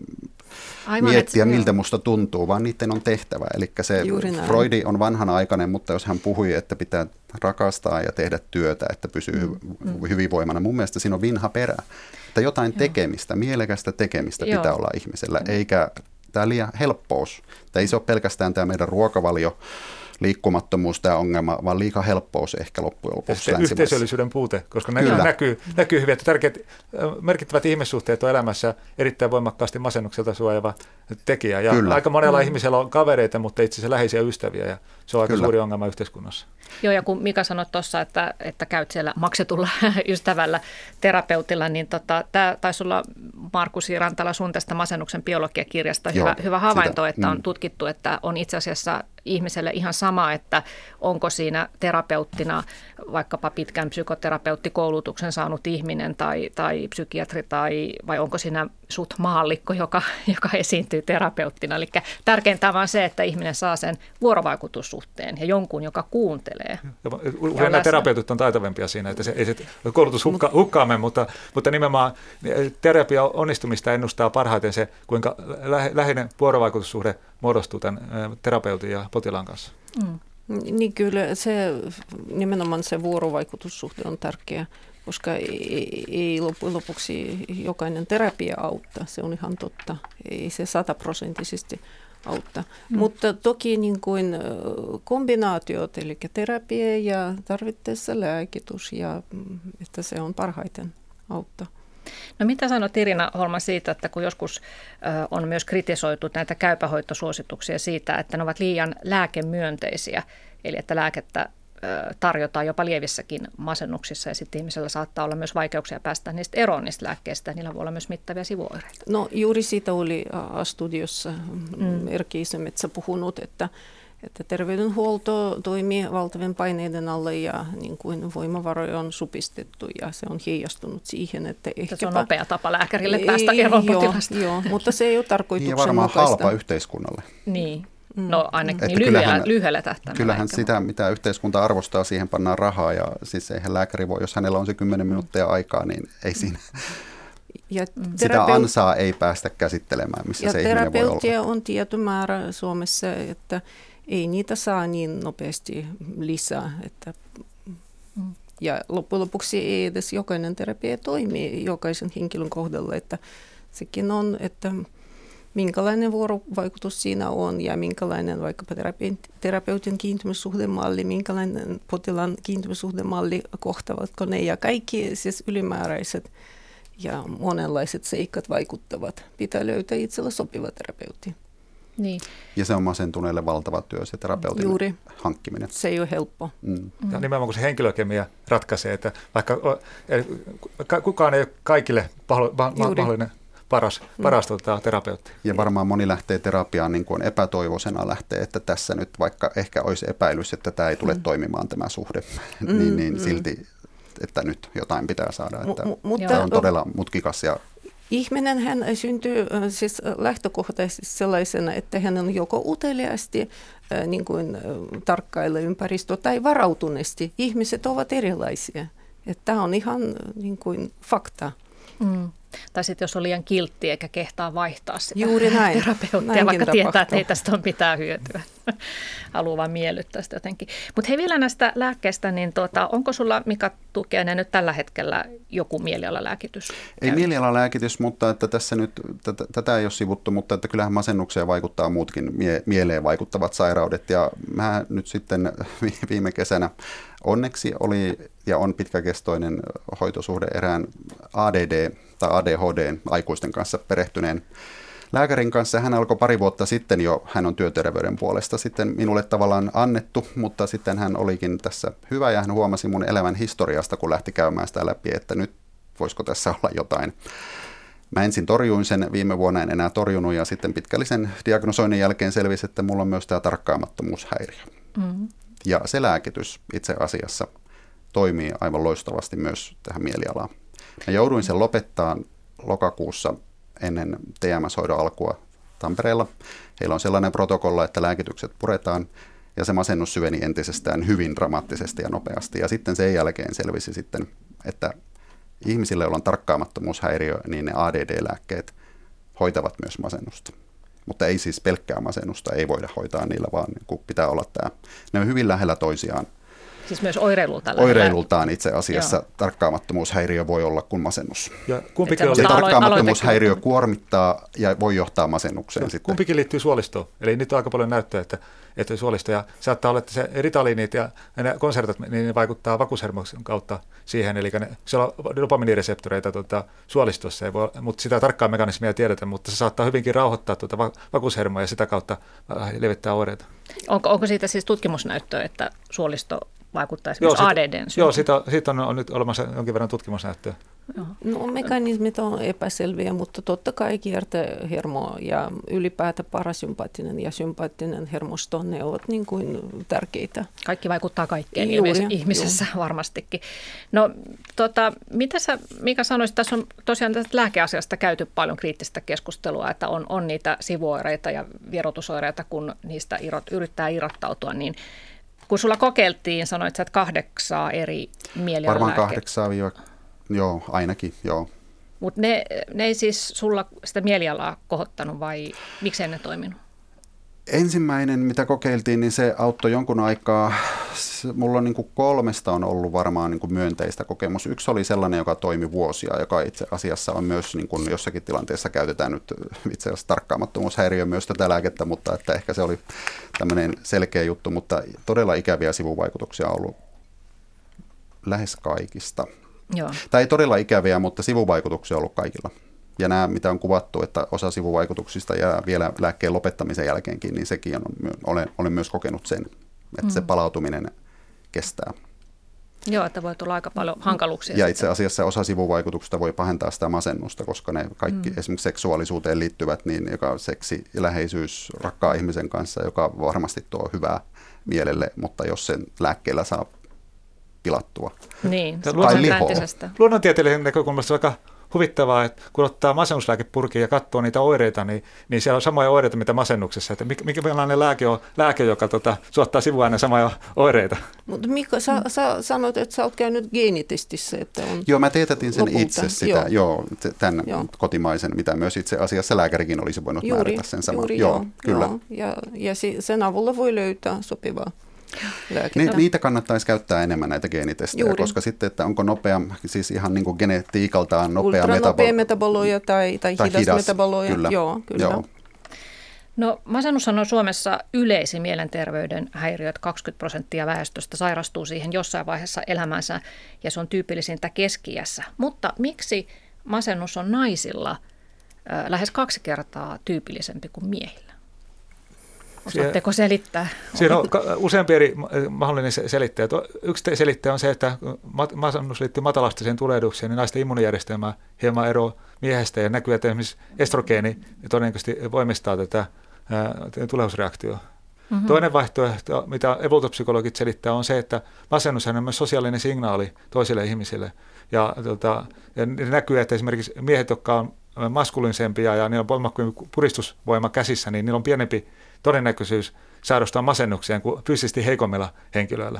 Aivan, miettiä, et, miltä musta tuntuu, vaan niiden on tehtävä. Eli se Freudi on vanhanaikainen, mutta jos hän puhui, että pitää rakastaa ja tehdä työtä, että pysyy mm. hyvinvoimana, mun mielestä siinä on vinha perä. Että jotain Joo. tekemistä, mielekästä tekemistä Joo. pitää olla ihmisellä, eikä tämä liian helppous. Tämä ei se ole pelkästään tämä meidän ruokavalio, liikkumattomuus tämä ongelma, vaan liika helppous ehkä loppujen lopuksi länsimaissa. Yhteisöllisyyden puute, koska ne näkyy, näkyy hyvin, että tärkeät, merkittävät ihmissuhteet on elämässä erittäin voimakkaasti masennukselta suojaava tekijä. Ja Kyllä. aika monella mm. ihmisellä on kavereita, mutta itse asiassa läheisiä ystäviä, ja se on aika Kyllä. suuri ongelma yhteiskunnassa. Joo, ja kun Mika sanoi tuossa, että, että käyt siellä maksetulla ystävällä terapeutilla, niin tota, tämä taisi olla Markus Rantala sun tästä masennuksen biologiakirjasta hyvä, Joo, hyvä havainto, sitä. että on mm. tutkittu, että on itse asiassa ihmiselle ihan sama, että onko siinä terapeuttina vaikkapa pitkän psykoterapeuttikoulutuksen saanut ihminen tai, tai psykiatri tai vai onko siinä sut maallikko, joka, joka esiintyy terapeuttina. Eli tärkeintä on vaan se, että ihminen saa sen vuorovaikutussuhteen ja jonkun, joka kuuntelee. Usein nämä terapeutit on taitavampia siinä, että se, ei se koulutus hukka, hukkaamme, mutta, mutta nimenomaan terapia onnistumista ennustaa parhaiten se, kuinka lä- läheinen vuorovaikutussuhde muodostuu tämän terapeutin ja potilaan kanssa. Mm. Niin kyllä se, nimenomaan se vuorovaikutussuhde on tärkeä, koska ei, ei loppujen lopuksi jokainen terapia auttaa, se on ihan totta. Ei se sataprosenttisesti auttaa. Mm. Mutta toki niin kuin kombinaatiot, eli terapia ja tarvittaessa lääkitys, ja että se on parhaiten auttaa. No mitä sanot Irina Holma siitä, että kun joskus on myös kritisoitu näitä käypähoitosuosituksia siitä, että ne ovat liian lääkemyönteisiä, eli että lääkettä tarjotaan jopa lievissäkin masennuksissa ja sitten ihmisellä saattaa olla myös vaikeuksia päästä niistä eroon niistä lääkkeistä. Niillä voi olla myös mittavia sivuoireita. No juuri siitä oli A-studiossa mm. Erkki Isometsä puhunut, että, että terveydenhuolto toimii valtavien paineiden alle ja niin kuin voimavaroja on supistettu ja se on heijastunut siihen, että ehkäpä... Se on nopea tapa lääkärille päästä eroon potilasta. Joo, mutta se ei ole tarkoituksenmukaista. Ja varmaan halpa yhteiskunnalle. Niin. No ainakin niin lyhyellä, lyhyellä tähtäimellä. Kyllähän sitä, mitä yhteiskunta arvostaa, siihen pannaan rahaa ja siis eihän lääkäri voi, jos hänellä on se kymmenen minuuttia aikaa, niin ei siinä. Ja terapeut- sitä ansaa ei päästä käsittelemään, missä se ihminen voi olla. Ja terapeuttia on tietty määrä Suomessa, että ei niitä saa niin nopeasti lisää. Että ja loppujen lopuksi ei edes jokainen terapia toimi jokaisen henkilön kohdalla, että sekin on, että minkälainen vuorovaikutus siinä on ja minkälainen vaikkapa terapeutin kiintymyssuhdemalli, minkälainen potilaan kiintymyssuhdemalli, kohtavatko ne ja kaikki siis ylimääräiset ja monenlaiset seikat vaikuttavat. Pitää löytää itsellä sopiva terapeutti. Niin. Ja se on masentuneelle valtava työ, se terapeutin Juuri. hankkiminen. Se ei ole helppo. Mm. Ja nimenomaan kun se henkilökemia ratkaisee, että vaikka kukaan ei ole kaikille mahdollinen paras, paras tuota, terapeutti. Ja varmaan moni lähtee terapiaan niin kuin epätoivoisena lähtee, että tässä nyt vaikka ehkä olisi epäilys, että tämä ei tule mm. toimimaan tämä suhde, mm, niin, niin mm. silti, että nyt jotain pitää saada. Että M- mutta tämä on todella mutkikas. Ja ihminen hän syntyy siis lähtökohtaisesti sellaisena, että hän on joko uteliaasti äh, niin kuin, äh, tarkkailla ympäristöä tai varautuneesti. Ihmiset ovat erilaisia. Tämä on ihan niin kuin fakta. Mm. Tai sitten jos on liian kiltti eikä kehtaa vaihtaa sitä Juuri näin. terapeuttia, Näinkin vaikka tapahtuu. tietää, että ei tästä ole mitään hyötyä. Haluaa vaan miellyttää sitä jotenkin. Mutta hei, vielä näistä lääkkeistä, niin tuota, onko sulla, Mika Tukiainen, nyt tällä hetkellä joku mielialalääkitys? Ei mielialalääkitys, mutta että tässä nyt, tätä, tätä ei ole sivuttu, mutta että kyllähän masennukseen vaikuttaa muutkin mie- mieleen vaikuttavat sairaudet. Ja mä nyt sitten viime kesänä onneksi oli ja on pitkäkestoinen hoitosuhde erään A D D tai A D H D aikuisten kanssa perehtyneen lääkärin kanssa. Hän alkoi pari vuotta sitten jo, hän on työterveyden puolesta sitten minulle tavallaan annettu, mutta sitten hän olikin tässä hyvä ja hän huomasi mun elämän historiasta, kun lähti käymään sitä läpi, että nyt voisiko tässä olla jotain. Mä ensin torjuin sen, viime vuonna en enää torjunut ja sitten pitkällisen diagnosoinnin jälkeen selvisi, että mulla on myös tämä tarkkaamattomuushäiriö. Mm-hmm. Ja se lääkitys itse asiassa toimii aivan loistavasti myös tähän mielialaan. Mä jouduin sen lopettaa lokakuussa ennen T M S-hoidon alkua Tampereella. Heillä on sellainen protokolla, että lääkitykset puretaan ja se masennus syveni entisestään hyvin dramaattisesti ja nopeasti. Ja sitten sen jälkeen selvisi sitten, että ihmisille, joilla on tarkkaamattomuushäiriö, niin ne A D D-lääkkeet hoitavat myös masennusta. Mutta ei siis pelkkää masennusta, ei voida hoitaa niillä, vaan kun pitää olla tämä. Ne on hyvin lähellä toisiaan. Siis myös oireilultaan. Oireilultaan itse asiassa Joo. tarkkaamattomuushäiriö voi olla kuin masennus. Ja kumpikin oli... Se tarkkaamattomuushäiriö kuormittaa ja voi johtaa masennukseen. No, sitten. Kumpikin liittyy suolistoon. Eli nyt on aika paljon näyttöä, että, että suolisto ja saattaa olla, että se ritaliinit ja ne konsertat, niin ne vaikuttaa vakuushermoksen kautta siihen. Eli ne, siellä on dopaminireseptoreita tuota, suolistossa, voi, mutta sitä tarkkaa mekanismia ei tiedetä, mutta se saattaa hyvinkin rauhoittaa tuota vakuushermoa ja sitä kautta levittää oireita. Onko, onko siitä siis tutkimusnäyttöä, että suolisto vaikuttaa esimerkiksi joo, A D D:n syntyyn? Joo, siitä, siitä on, on nyt olemassa jonkin verran tutkimusnäyttöä. No, mekanismit on epäselviä, mutta totta kai kiertohermo ja ylipäätään parasympaattinen ja sympaattinen hermosto, ne ovat niin kuin tärkeitä. Kaikki vaikuttaa kaikkeen Juuri, ihmisessä juuri. Varmastikin. No, tota, mitä sä, Mika, sanoisit, tässä on tosiaan tästä lääkeasiasta käyty paljon kriittistä keskustelua, että on, on niitä sivuoireita ja vierotusoireita, kun niistä irrot, yrittää irrottautua, niin kun sulla kokeiltiin, sanoit sä, että kahdeksaa eri mielialalääkettä. Varmaan kahdeksaa, joo, ainakin, joo. Mutta ne, ne ei siis sulla sitä mielialaa kohottanut vai miksei ne toiminut? Ensimmäinen, mitä kokeiltiin, niin se auttoi jonkun aikaa. Mulla on niin kuin kolmesta on ollut varmaan niin kuin myönteistä kokemus. Yksi oli sellainen, joka toimi vuosia, joka itse asiassa on myös niin kuin jossakin tilanteessa käytetään nyt itse asiassa tarkkaamattomuushäiriö myös tätä lääkettä, mutta että ehkä se oli tämmöinen selkeä juttu, mutta todella ikäviä sivuvaikutuksia on ollut lähes kaikista. Joo. Tai ei todella ikäviä, mutta sivuvaikutuksia on ollut kaikilla. Ja nämä, mitä on kuvattu, että osa sivuvaikutuksista jää vielä lääkkeen lopettamisen jälkeenkin, niin sekin on, olen, olen myös kokenut sen, että mm. se palautuminen kestää. Joo, että voi tulla aika paljon hankaluuksia. Ja itse asiassa osa sivuvaikutuksista voi pahentaa sitä masennusta, koska ne kaikki mm. esimerkiksi seksuaalisuuteen liittyvät, niin joka seksi ja läheisyys rakkaan ihmisen kanssa, joka varmasti tuo hyvää mielelle, mutta jos sen lääkkeellä saa pilattua. Niin, tai luonnontieteellisen näkökulmasta aika huvittavaa, että kun ottaa masennuslääkepurkin ja katsoo niitä oireita, niin, niin siellä on samoja oireita, mitä masennuksessa. Että mikä millainen lääke on lääke, joka tota, suottaa sivuaineen samoja oireita. Mutta Mika, sä, sä sanoit, että sä oot käynyt geenitestissä. Että on joo, mä teetätin sen lopulta. itse sitä, joo. Joo, tämän joo. kotimaisen, mitä myös itse asiassa lääkärikin olisi voinut juuri, määrätä sen saman. Juuri, joo, joo, kyllä. Joo. Ja, ja sen avulla voi löytää sopivaa. Ne, niitä kannattaisi käyttää enemmän näitä geenitestejä, Juuri. koska sitten, että onko nopea, siis ihan niin kuin genetiikaltaan nopea ultranopea metaboloja tai, tai, tai hidas, hidas metaboloja. Kyllä. Joo, kyllä. Joo. No, masennus on Suomessa yleisin mielenterveyden häiriö, että kaksikymmentä prosenttia väestöstä sairastuu siihen jossain vaiheessa elämänsä ja se on tyypillisintä keski-iässä. Mutta miksi masennus on naisilla äh, lähes kaksi kertaa tyypillisempi kuin miehillä? Osaatteko selittää? Siinä on useampi eri mahdollinen selittäjä. Yksi selittäjä on se, että masennus liittyy matalastiseen tulehdukseen, niin naisten immuunijärjestelmä hieman eroaa miehestä ja näkyy, että esimerkiksi estrogeeni todennäköisesti voimistaa tätä tulehdusreaktiota. Mm-hmm. Toinen vaihtoehto, mitä evoluutiopsykologit selittää, on se, että masennus on myös sosiaalinen signaali toisille ihmisille. Ja, tota, ja näkyy, että esimerkiksi miehet, jotka on maskuliinisempia ja niillä on voimakkaampi puristusvoima käsissä, niin niillä on pienempi todennäköisyys sairastua masennukseen kuin fyysisesti heikommilla henkilöillä.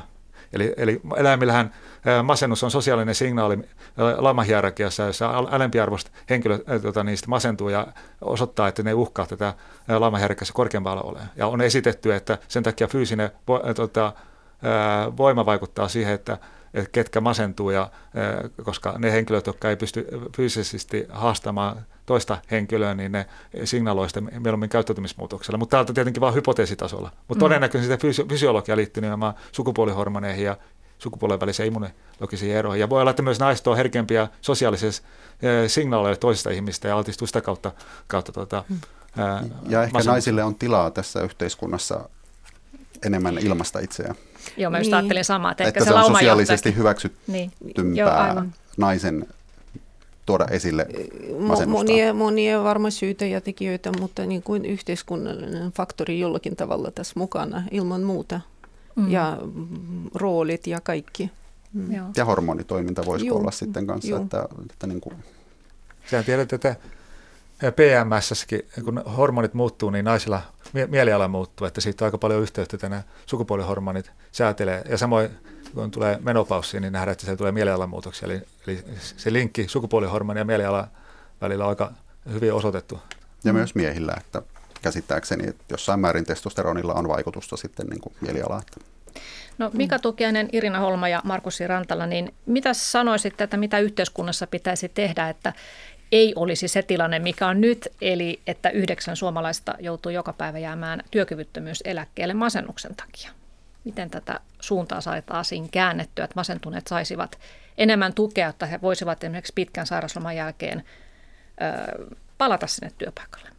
Eli, eli eläimillähän masennus on sosiaalinen signaali lamahierarkiassa, jossa alempiarvoiset henkilöt tota, niistä masentuu ja osoittaa, että ne uhkaa tätä lamahierarkiassa korkeampaa ole. Ja on esitetty, että sen takia fyysinen vo, tota, voima vaikuttaa siihen, että että ketkä masentuu, ja, koska ne henkilöt, jotka ei pysty fyysisesti haastamaan toista henkilöä, niin ne signaloi sitä mieluummin käyttäytymismuutoksella. Mutta tämä on tietenkin vain hypoteesitasolla. Mutta mm. todennäköisesti sitä fysiologia liittyy nimenomaan sukupuolihormoneihin ja sukupuolen välisiin immunologisiin eroihin. Ja voi olla, että myös naiset on herkempiä sosiaalisessa signaaleille toisista ihmistä ja altistuu sitä kautta. kautta tuota, mm. ää, ja ehkä naisille on tilaa tässä yhteiskunnassa enemmän ilmasta itseään. Joo, mä just niin. ajattelin samaa, että, että ehkä se, se on sosiaalisesti hyväksyttympää niin. naisen tuoda esille masennusta. Monia, monia varmaan syitä ja tekijöitä, mutta niin kuin yhteiskunnallinen faktori jollakin tavalla tässä mukana ilman muuta. Mm. Ja roolit ja kaikki. Mm. Ja hormonitoiminta voisi olla sitten kanssa. Juu. Että, että niin kuin... Sehän tiedät, että P M S:ssäkin, kun hormonit muuttuu, niin naisilla mieliala muuttuu, että siitä on aika paljon yhteyttä, että nämä sukupuolihormonit säätelee. Ja samoin, kun tulee menopaussiin, niin nähdään, että se tulee mielialamuutoksia. Eli, eli se linkki sukupuolihormonin ja mielialan välillä on aika hyvin osoitettu. Ja myös miehillä, että käsittääkseni, että jossain määrin testosteronilla on vaikutusta sitten niin kuin mielialaan. No Mika Tukiainen, Irina Holma ja Markus Rantala, niin mitä sanoisitte, että mitä yhteiskunnassa pitäisi tehdä, että ei olisi se tilanne, mikä on nyt, eli että yhdeksän suomalaista joutuu joka päivä jäämään työkyvyttömyyseläkkeelle masennuksen takia? Miten tätä suuntaa saataisiin käännettyä, että masentuneet saisivat enemmän tukea, että he voisivat esimerkiksi pitkän sairausloman jälkeen ö, palata sinne työpaikalle?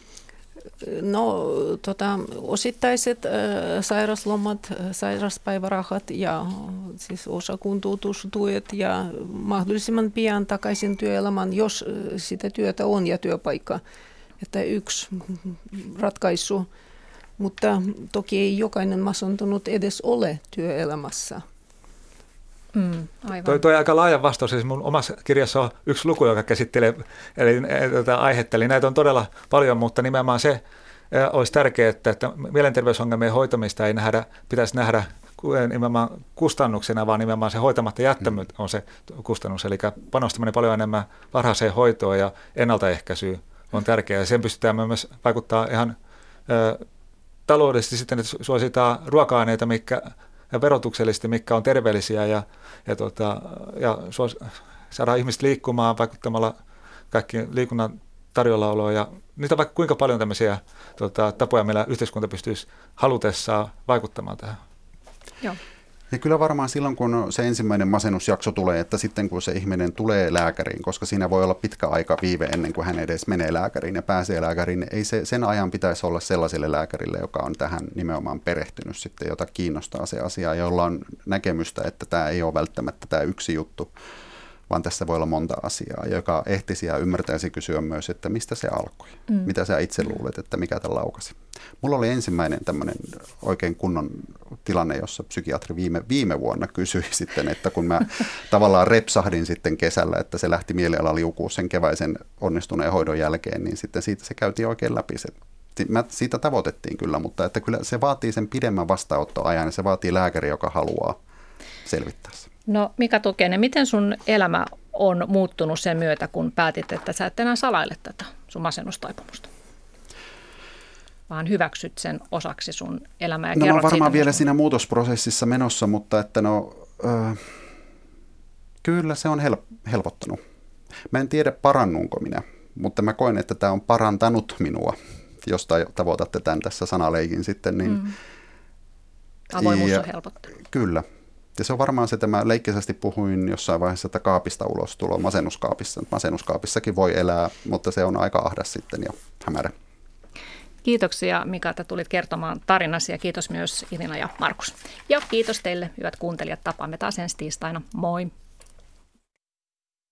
No tota, osittaiset äh, sairauslomat, sairauspäivärahat ja siis osakuntoutustuet ja mahdollisimman pian takaisin työelämään, jos sitä työtä on ja työpaikka. Että yksi ratkaisu, mutta toki ei jokainen masentunut edes ole työelämässä. Mm, aivan. Toi, toi aika laaja vastaus. Siis mun omassa kirjassa on yksi luku, joka käsittelee eli, tätä aihetta. Eli näitä on todella paljon, mutta nimenomaan se olisi tärkeää, että, että mielenterveysongelmien hoitamista ei nähdä, pitäisi nähdä nimenomaan kustannuksena, vaan nimenomaan se hoitamatta jättämys on se kustannus. Eli panostaminen paljon enemmän varhaiseen hoitoon ja ennaltaehkäisyyn on tärkeää. Ja sen pystytään myös vaikuttaa ihan ö, taloudellisesti sitten, että suositaan ruoka-aineita, mitkä ja verotuksellisesti, mitkä on terveellisiä ja, ja, tota, ja suos, saadaan ihmiset liikkumaan vaikuttamalla kaikki liikunnan tarjollaoloon ja niitä on vaikka kuinka paljon tämmöisiä tota, tapoja, millä yhteiskunta pystyisi halutessaan vaikuttamaan tähän. Joo. Ja kyllä varmaan silloin, kun se ensimmäinen masennusjakso tulee, että sitten kun se ihminen tulee lääkäriin, koska siinä voi olla pitkä aika viive ennen kuin hän edes menee lääkäriin ja pääsee lääkäriin, ei se, sen ajan pitäisi olla sellaiselle lääkärille, joka on tähän nimenomaan perehtynyt sitten, jota kiinnostaa se asia, jolla on näkemystä, että tämä ei ole välttämättä tämä yksi juttu, vaan tässä voi olla monta asiaa, joka ehtisi ja ymmärtäisi kysyä myös, että mistä se alkoi, mm. mitä sä itse luulet, että mikä tämän laukasi. Mulla oli ensimmäinen tämmöinen oikein kunnon tilanne, jossa psykiatri viime, viime vuonna kysyi sitten, että kun mä tavallaan repsahdin sitten kesällä, että se lähti mielialaliukuun sen keväisen onnistuneen hoidon jälkeen, niin sitten siitä se käytiin oikein läpi. Se, mä, siitä tavoitettiin kyllä, mutta että kyllä se vaatii sen pidemmän vastaanottoajan ja se vaatii lääkäri, joka haluaa selvittää sen. No Mika Tukiainen, miten sun elämä on muuttunut sen myötä, kun päätit, että sä et enää salaile tätä sun masennustaipumusta? Vaan hyväksyt sen osaksi sun elämää ja no, kerrot mä varmaan siitä vielä sun... siinä muutosprosessissa menossa, mutta että no, äh, kyllä se on hel- helpottanut. Mä en tiedä parannunko minä, mutta mä koen, että tämä on parantanut minua, jos tavoitatte tämän tässä sanaleikin sitten. Niin, mm. Avoimuus on helpottanut. Kyllä. Ja se on varmaan se, että mä leikkisästi puhuin jossain vaiheessa, että kaapista ulos tulo masennuskaapissa. Masennuskaapissakin voi elää, mutta se on aika ahdas sitten ja hämärä. Kiitoksia Mika, että tulit kertomaan tarinasi ja kiitos myös Irina ja Markus. Ja kiitos teille, hyvät kuuntelijat. Tapaamme taas ensi tiistaina. Moi!